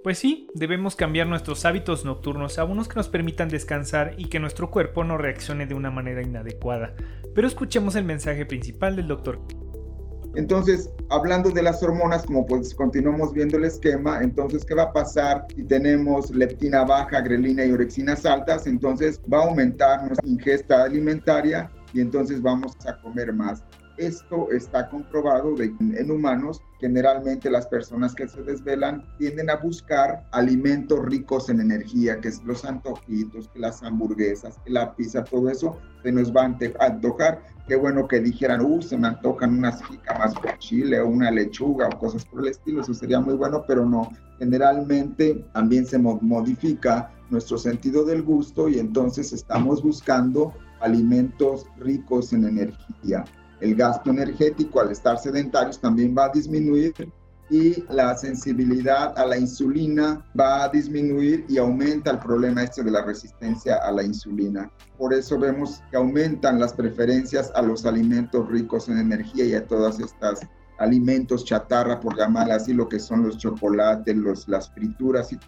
Pues sí, debemos cambiar nuestros hábitos nocturnos a unos que nos permitan descansar y que nuestro cuerpo no reaccione de una manera inadecuada. Pero escuchemos el mensaje principal del doctor. Entonces, hablando de las hormonas, como pues continuamos viendo el esquema, entonces, ¿qué va a pasar si tenemos leptina baja, grelina y orexinas altas? Entonces, va a aumentar nuestra ingesta alimentaria y entonces vamos a comer más. Esto está comprobado en humanos. Generalmente las personas que se desvelan tienden a buscar alimentos ricos en energía, que es los antojitos, que las hamburguesas, que la pizza, todo eso se nos va a antojar. Qué bueno que dijeran, se me antojan unas jícamas con chile o una lechuga o cosas por el estilo, eso sería muy bueno, pero no. Generalmente también se modifica nuestro sentido del gusto y entonces estamos buscando alimentos ricos en energía. El gasto energético al estar sedentarios también va a disminuir y la sensibilidad a la insulina va a disminuir y aumenta el problema de la resistencia a la insulina. Por eso vemos que aumentan las preferencias a los alimentos ricos en energía y a todas estas alimentos chatarra, por llamar así, lo que son los chocolates, las frituras y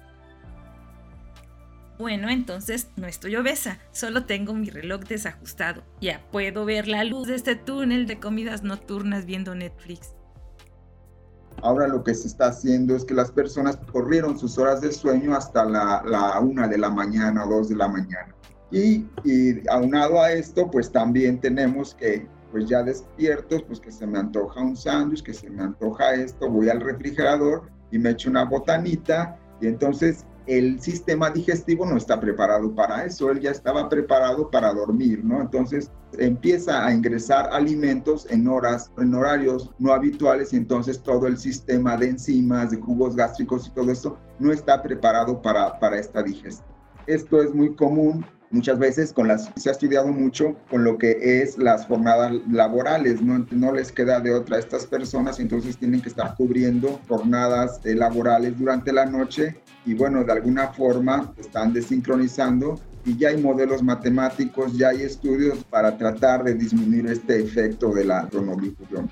Bueno, entonces no estoy obesa, solo tengo mi reloj desajustado. Ya puedo ver la luz de este túnel de comidas nocturnas viendo Netflix. Ahora lo que se está haciendo es que las personas corrieron sus horas de sueño hasta la 1 de la mañana o 2 de la mañana. Y aunado a esto, pues también tenemos que, pues ya despiertos, pues que se me antoja un sándwich, que se me antoja esto, voy al refrigerador y me echo una botanita y entonces el sistema digestivo no está preparado para eso, él ya estaba preparado para dormir, ¿no? Entonces empieza a ingresar alimentos en horarios no habituales y entonces todo el sistema de enzimas, de jugos gástricos y todo esto no está preparado para esta digestión. Esto es muy común muchas veces se ha estudiado mucho con lo que es las jornadas laborales, no les queda de otra a estas personas, entonces tienen que estar cubriendo jornadas laborales durante la noche y bueno, de alguna forma están desincronizando y ya hay modelos matemáticos, ya hay estudios para tratar de disminuir este efecto de la cronodifusión.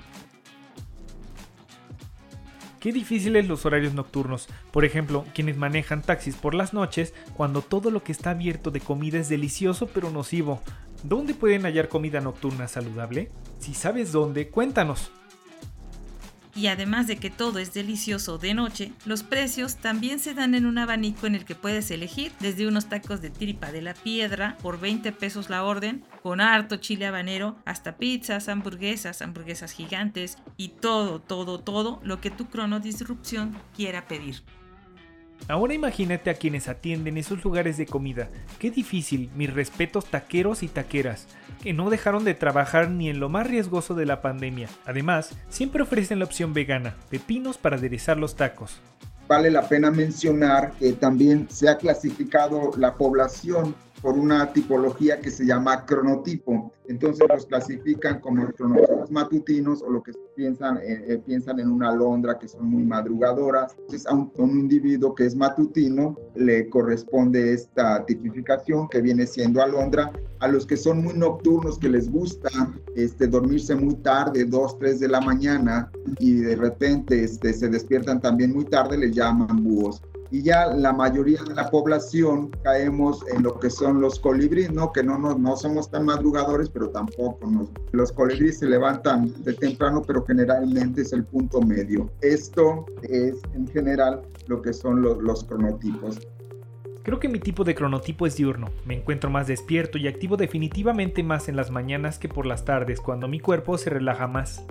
Qué difíciles los horarios nocturnos. Por ejemplo, quienes manejan taxis por las noches, cuando todo lo que está abierto de comida es delicioso pero nocivo. ¿Dónde pueden hallar comida nocturna saludable? Si sabes dónde, cuéntanos. Y además de que todo es delicioso de noche, los precios también se dan en un abanico en el que puedes elegir desde unos tacos de tripa de la piedra por 20 pesos la orden, con harto chile habanero, hasta pizzas, hamburguesas gigantes y todo lo que tu cronodisrupción quiera pedir. Ahora imagínate a quienes atienden esos lugares de comida. Qué difícil, mis respetos taqueros y taqueras, que no dejaron de trabajar ni en lo más riesgoso de la pandemia. Además, siempre ofrecen la opción vegana, pepinos para aderezar los tacos. Vale la pena mencionar que también se ha clasificado la población por una tipología que se llama cronotipo. Entonces los clasifican como cronotipos matutinos o lo que piensan en una alondra que son muy madrugadoras. Entonces a un individuo que es matutino le corresponde esta tipificación que viene siendo alondra. A los que son muy nocturnos, que les gusta dormirse muy tarde, 2, 3 de la mañana y de repente se despiertan también muy tarde, les llaman búhos. Y ya la mayoría de la población caemos en lo que son los colibríes, ¿no? Que no somos tan madrugadores, pero tampoco los colibríes se levantan de temprano, pero generalmente es el punto medio. Esto es en general lo que son los cronotipos. Creo que mi tipo de cronotipo es diurno. Me encuentro más despierto y activo definitivamente más en las mañanas que por las tardes, cuando mi cuerpo se relaja más.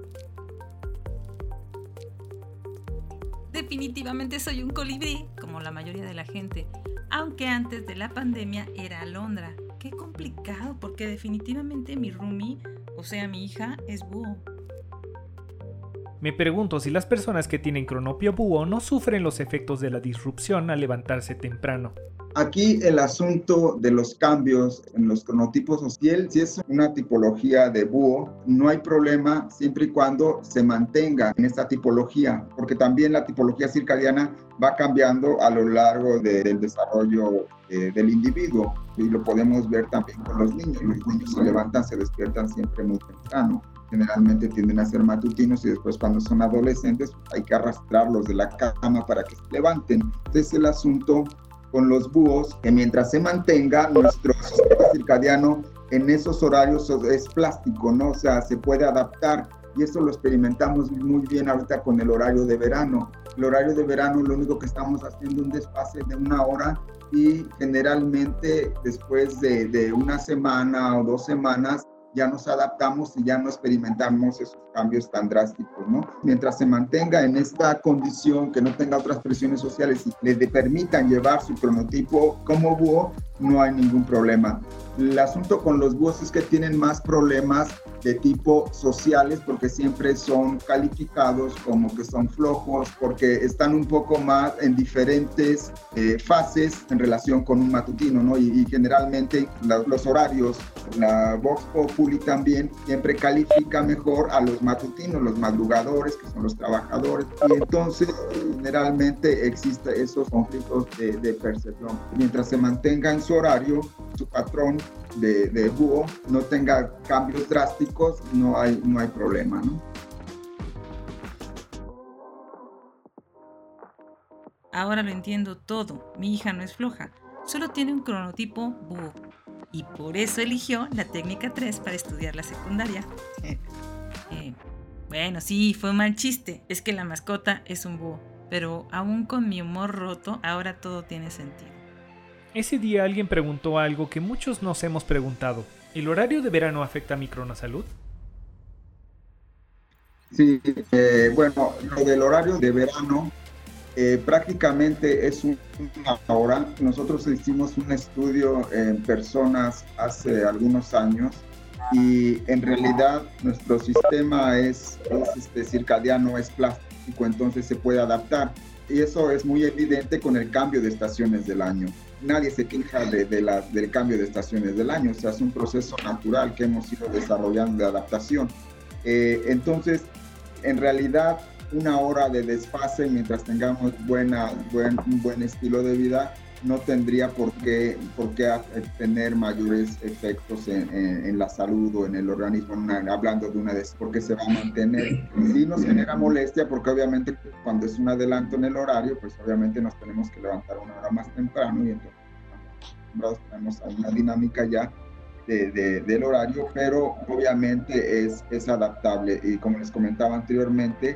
Definitivamente soy un colibrí, como la mayoría de la gente, aunque antes de la pandemia era alondra. Qué complicado, porque definitivamente mi roomie, o sea mi hija, es búho. Me pregunto si las personas que tienen cronopio búho no sufren los efectos de la disrupción al levantarse temprano. Aquí el asunto de los cambios en los cronotipos, si es una tipología de búho, no hay problema siempre y cuando se mantenga en esta tipología, porque también la tipología circadiana va cambiando a lo largo del desarrollo del individuo y lo podemos ver también con los niños. Los niños se levantan, se despiertan siempre muy temprano. generalmente tienden a ser matutinos y después cuando son adolescentes hay que arrastrarlos de la cama para que se levanten. Entonces el asunto con los búhos, que mientras se mantenga nuestro sistema circadiano en esos horarios es plástico, ¿no? O sea, se puede adaptar, y eso lo experimentamos muy bien ahorita con el horario de verano. El horario de verano, lo único que estamos haciendo un desfase de 1 hora, y generalmente después de una semana o 2 semanas ya nos adaptamos y ya no experimentamos esos cambios tan drásticos, ¿no? Mientras se mantenga en esta condición, que no tenga otras presiones sociales y le permitan llevar su cronotipo como búho, no hay ningún problema. El asunto con los búhos es que tienen más problemas de tipo sociales, porque siempre son calificados como que son flojos, porque están un poco más en diferentes fases en relación con un matutino, ¿no? Y generalmente los horarios, la Vox Populi también siempre califica mejor a los matutinos, los madrugadores, que son los trabajadores, y entonces generalmente existen esos conflictos de percepción. Mientras se mantenga en su horario, su patrón de búho, no tenga cambios drásticos, no hay problema, ¿no? Ahora lo entiendo todo. Mi hija no es floja, solo tiene un cronotipo búho. Y por eso eligió la técnica 3 para estudiar la secundaria. Bueno, sí, fue un mal chiste. Es que la mascota es un búho. Pero aún con mi humor roto, ahora todo tiene sentido. Ese día alguien preguntó algo que muchos nos hemos preguntado. ¿El horario de verano afecta a mi cronosalud? Sí, bueno, lo del horario de verano prácticamente es una hora. Nosotros hicimos un estudio en personas hace algunos años y en realidad nuestro sistema es circadiano, es plástico, entonces se puede adaptar. Y eso es muy evidente con el cambio de estaciones del año. Nadie se queja del cambio de estaciones del año, o sea, es un proceso natural que hemos ido desarrollando de adaptación. Entonces, en realidad, 1 hora de desfase mientras tengamos un buen estilo de vida no tendría por qué tener mayores efectos en la salud o en el organismo, hablando de porque se va a mantener. Sí nos genera molestia porque obviamente cuando es un adelanto en el horario, pues obviamente nos tenemos que levantar 1 hora más temprano, y entonces tenemos una dinámica ya del horario, pero obviamente es adaptable, y como les comentaba anteriormente,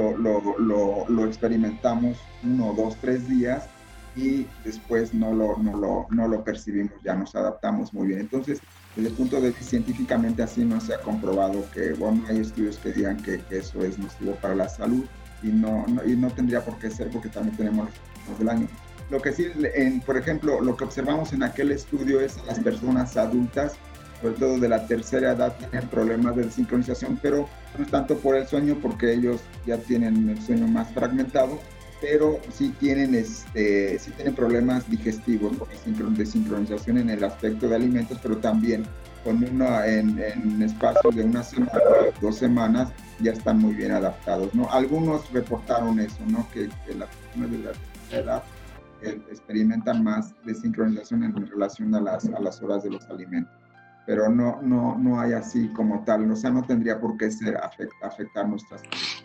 lo experimentamos 1, 2, 3 días y después no lo percibimos, ya nos adaptamos muy bien. Entonces, desde el punto de vista científicamente así no se ha comprobado que, bueno, hay estudios que digan que eso es nocivo para la salud, y no tendría por qué ser, porque también tenemos los del año. Lo que sí, por ejemplo, lo que observamos en aquel estudio es las personas adultas, sobre todo de la tercera edad, tienen problemas de desincronización, pero no es tanto por el sueño, porque ellos ya tienen el sueño más fragmentado, pero sí tienen problemas digestivos, de sincronización en el aspecto de alimentos, pero también con en espacios de 1 semana, 2 semanas, ya están muy bien adaptados, ¿no? Algunos reportaron eso, ¿no? Que las personas de la tercera edad experimentan más desincronización en relación a las horas de los alimentos, pero no hay así como tal, o sea, no tendría por qué afectar nuestras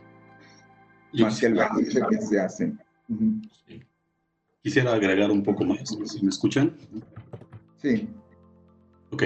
más que el balance que se hace. Sí. Quisiera agregar un poco más, ¿si me escuchan? Sí. Ok.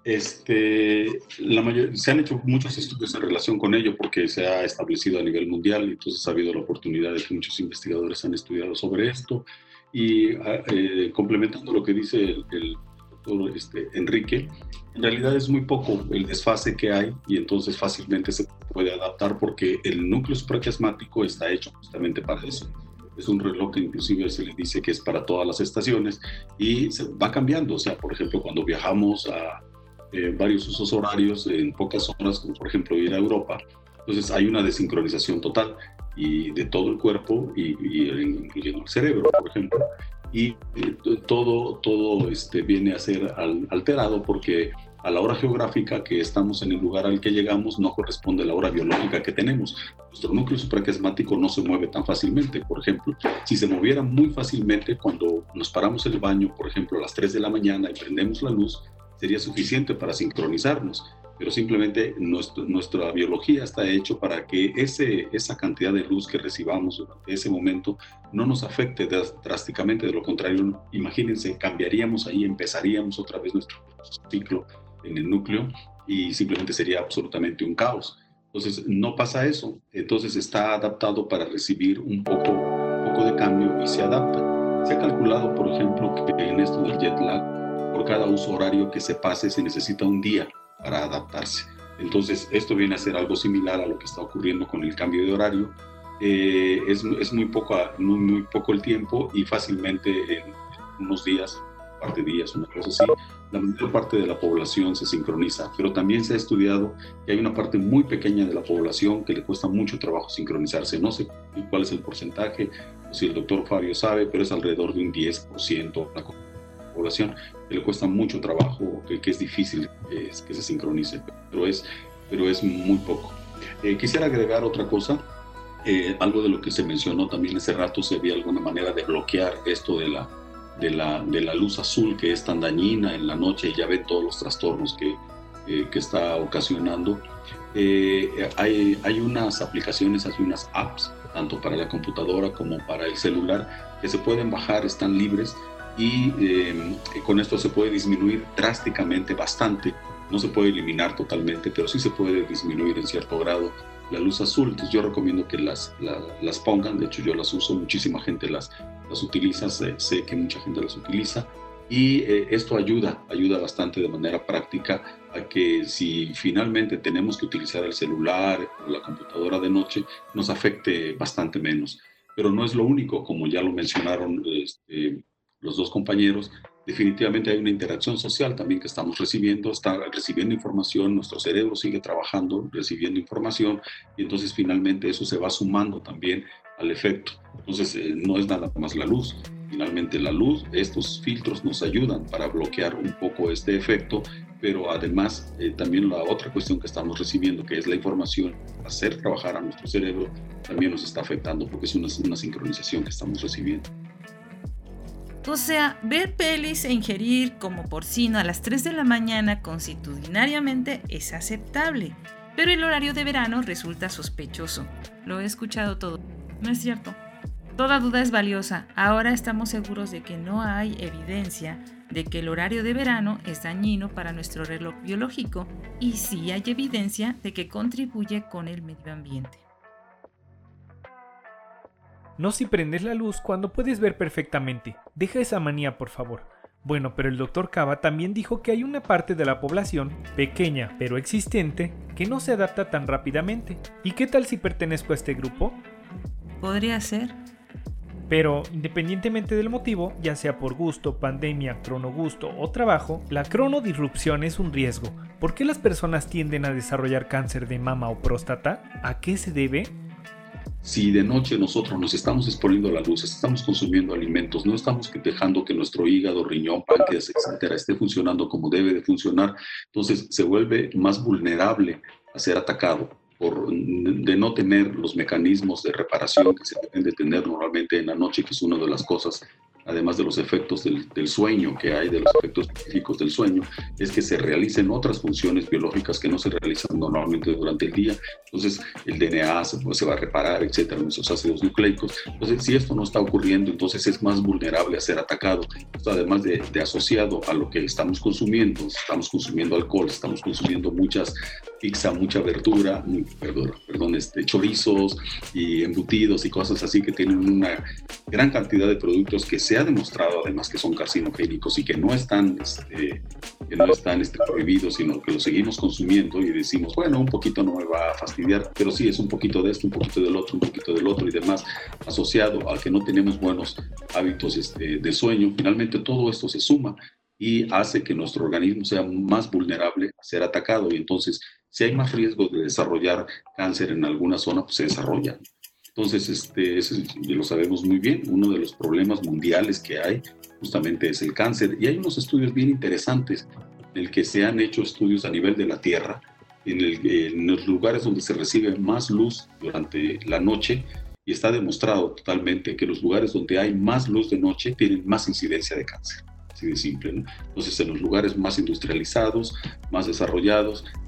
Se han hecho muchos estudios en relación con ello, porque se ha establecido a nivel mundial, y entonces ha habido la oportunidad de que muchos investigadores han estudiado sobre esto, y complementando lo que dice el doctor Enrique, en realidad es muy poco el desfase que hay, y entonces fácilmente se puede adaptar, porque el núcleo supraquiasmático está hecho justamente para eso. Es un reloj que inclusive se le dice que es para todas las estaciones, y se va cambiando. O sea, por ejemplo, cuando viajamos a varios usos horarios en pocas horas, como por ejemplo ir a Europa, entonces hay una desincronización total y de todo el cuerpo, y incluyendo el cerebro, por ejemplo, y todo viene a ser alterado, porque a la hora geográfica que estamos en el lugar al que llegamos no corresponde a la hora biológica que tenemos. Nuestro núcleo supraquiasmático no se mueve tan fácilmente. Por ejemplo, si se moviera muy fácilmente cuando nos paramos en el baño, por ejemplo, a las 3 de la mañana y prendemos la luz, sería suficiente para sincronizarnos. pero simplemente nuestra biología está hecha para que esa cantidad de luz que recibamos durante ese momento no nos afecte drásticamente. De lo contrario, imagínense, cambiaríamos ahí, empezaríamos otra vez nuestro ciclo en el núcleo y simplemente sería absolutamente un caos. Entonces, no pasa eso. Entonces, está adaptado para recibir un poco de cambio y se adapta. Se ha calculado, por ejemplo, que en esto del jet lag, por cada uso horario que se pase, se necesita un día para adaptarse. Entonces, esto viene a ser algo similar a lo que está ocurriendo con el cambio de horario. Es muy poco el tiempo y fácilmente en unos días, un par de días, una cosa así, la mayor parte de la población se sincroniza, pero también se ha estudiado que hay una parte muy pequeña de la población que le cuesta mucho trabajo sincronizarse. No sé cuál es el porcentaje, si el doctor Fabio sabe, pero es alrededor de un 10% de la población que le cuesta mucho trabajo, que es difícil que se sincronice, pero es muy poco. Quisiera agregar otra cosa, algo de lo que se mencionó también hace rato, se había alguna manera de bloquear esto de la luz azul, que es tan dañina en la noche, y ya ven todos los trastornos que está ocasionando. Hay unas aplicaciones, hay unas apps, tanto para la computadora como para el celular, que se pueden bajar, están libres, y con esto se puede disminuir drásticamente bastante. No se puede eliminar totalmente, pero sí se puede disminuir en cierto grado la luz azul. Entonces yo recomiendo que las pongan. De hecho, yo las uso, muchísima gente las utiliza, sé que mucha gente las utiliza, y esto ayuda bastante de manera práctica a que si finalmente tenemos que utilizar el celular o la computadora de noche, nos afecte bastante menos. Pero no es lo único, como ya lo mencionaron los dos compañeros. Definitivamente hay una interacción social también que estamos recibiendo, está recibiendo información, nuestro cerebro sigue trabajando, recibiendo información, y entonces finalmente eso se va sumando también al efecto. Entonces no es nada más la luz, finalmente la luz, estos filtros nos ayudan para bloquear un poco este efecto, pero además también la otra cuestión que estamos recibiendo, que es la información, hacer trabajar a nuestro cerebro, también nos está afectando porque es una sincronización que estamos recibiendo. O sea, ver pelis e ingerir como porcino a las 3 de la mañana constitucionariamente es aceptable, pero el horario de verano resulta sospechoso. Lo he escuchado todo. No es cierto. Toda duda es valiosa. Ahora estamos seguros de que no hay evidencia de que el horario de verano es dañino para nuestro reloj biológico, y sí hay evidencia de que contribuye con el medio ambiente. No si prendes la luz cuando puedes ver perfectamente. Deja esa manía, por favor. Bueno, pero el Dr. Cava también dijo que hay una parte de la población, pequeña pero existente, que no se adapta tan rápidamente. ¿Y qué tal si pertenezco a este grupo? Podría ser. Pero, independientemente del motivo, ya sea por gusto, pandemia, cronogusto o trabajo, la cronodisrupción es un riesgo. ¿Por qué las personas tienden a desarrollar cáncer de mama o próstata? ¿A qué se debe? Si de noche nosotros nos estamos exponiendo a la luz, estamos consumiendo alimentos, no estamos dejando que nuestro hígado, riñón, páncreas, etcétera, esté funcionando como debe de funcionar, entonces se vuelve más vulnerable a ser atacado de no tener los mecanismos de reparación que se deben de tener normalmente en la noche, que es una de las cosas, además de los efectos del sueño que hay, de los efectos específicos del sueño, es que se realicen otras funciones biológicas que no se realizan normalmente durante el día. Entonces el DNA se va a reparar, etcétera, nuestros ácidos nucleicos. Entonces, si esto no está ocurriendo, entonces es más vulnerable a ser atacado. Esto, además de asociado a lo que estamos consumiendo alcohol, estamos consumiendo muchas pizza, mucha verdura, chorizos y embutidos y cosas así, que tienen una gran cantidad de productos que se ha demostrado además que son carcinogénicos y que no están prohibidos, sino que los seguimos consumiendo y decimos, bueno, un poquito no me va a fastidiar, pero sí es un poquito de esto, un poquito del otro, un poquito del otro y demás, asociado a que no tenemos buenos hábitos de sueño. Finalmente todo esto se suma y hace que nuestro organismo sea más vulnerable a ser atacado, y entonces si hay más riesgo de desarrollar cáncer en alguna zona, pues se desarrolla. Entonces, eso lo sabemos muy bien. Uno de los problemas mundiales que hay justamente es el cáncer, y hay unos estudios bien interesantes en el que se han hecho estudios a nivel de la Tierra, en los lugares donde se recibe más luz durante la noche, y está demostrado totalmente que los lugares donde hay más luz de noche tienen más incidencia de cáncer. Así de simple, ¿no? Entonces, en los lugares más industrializados, más desarrollados,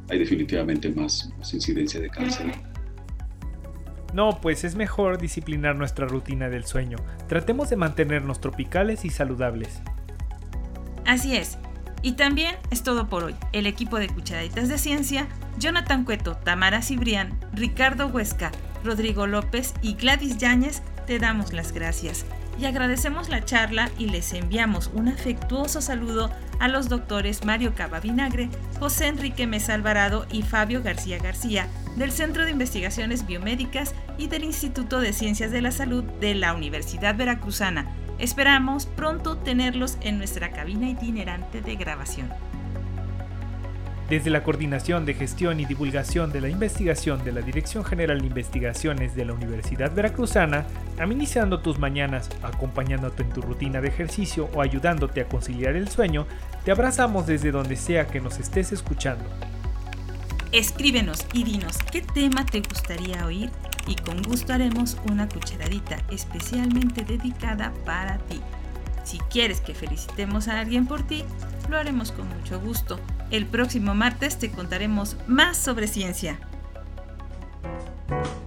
hay definitivamente más incidencia de cáncer. No, pues es mejor disciplinar nuestra rutina del sueño. Tratemos de mantenernos tropicales y saludables. Así es. Y también es todo por hoy. El equipo de Cucharaditas de Ciencia, Jonathan Cueto, Tamara Cibrián, Ricardo Huesca, Rodrigo López y Gladys Yáñez, te damos las gracias. Y agradecemos la charla y les enviamos un afectuoso saludo a los doctores Mario Cava Vinagre, José Enrique Mesa Alvarado y Fabio García García, del Centro de Investigaciones Biomédicas y del Instituto de Ciencias de la Salud de la Universidad Veracruzana. Esperamos pronto tenerlos en nuestra cabina itinerante de grabación. Desde la Coordinación de Gestión y Divulgación de la Investigación de la Dirección General de Investigaciones de la Universidad Veracruzana, amenizando tus mañanas, acompañándote en tu rutina de ejercicio o ayudándote a conciliar el sueño, te abrazamos desde donde sea que nos estés escuchando. Escríbenos y dinos qué tema te gustaría oír y con gusto haremos una cucharadita especialmente dedicada para ti. Si quieres que felicitemos a alguien por ti, lo haremos con mucho gusto. El próximo martes te contaremos más sobre ciencia.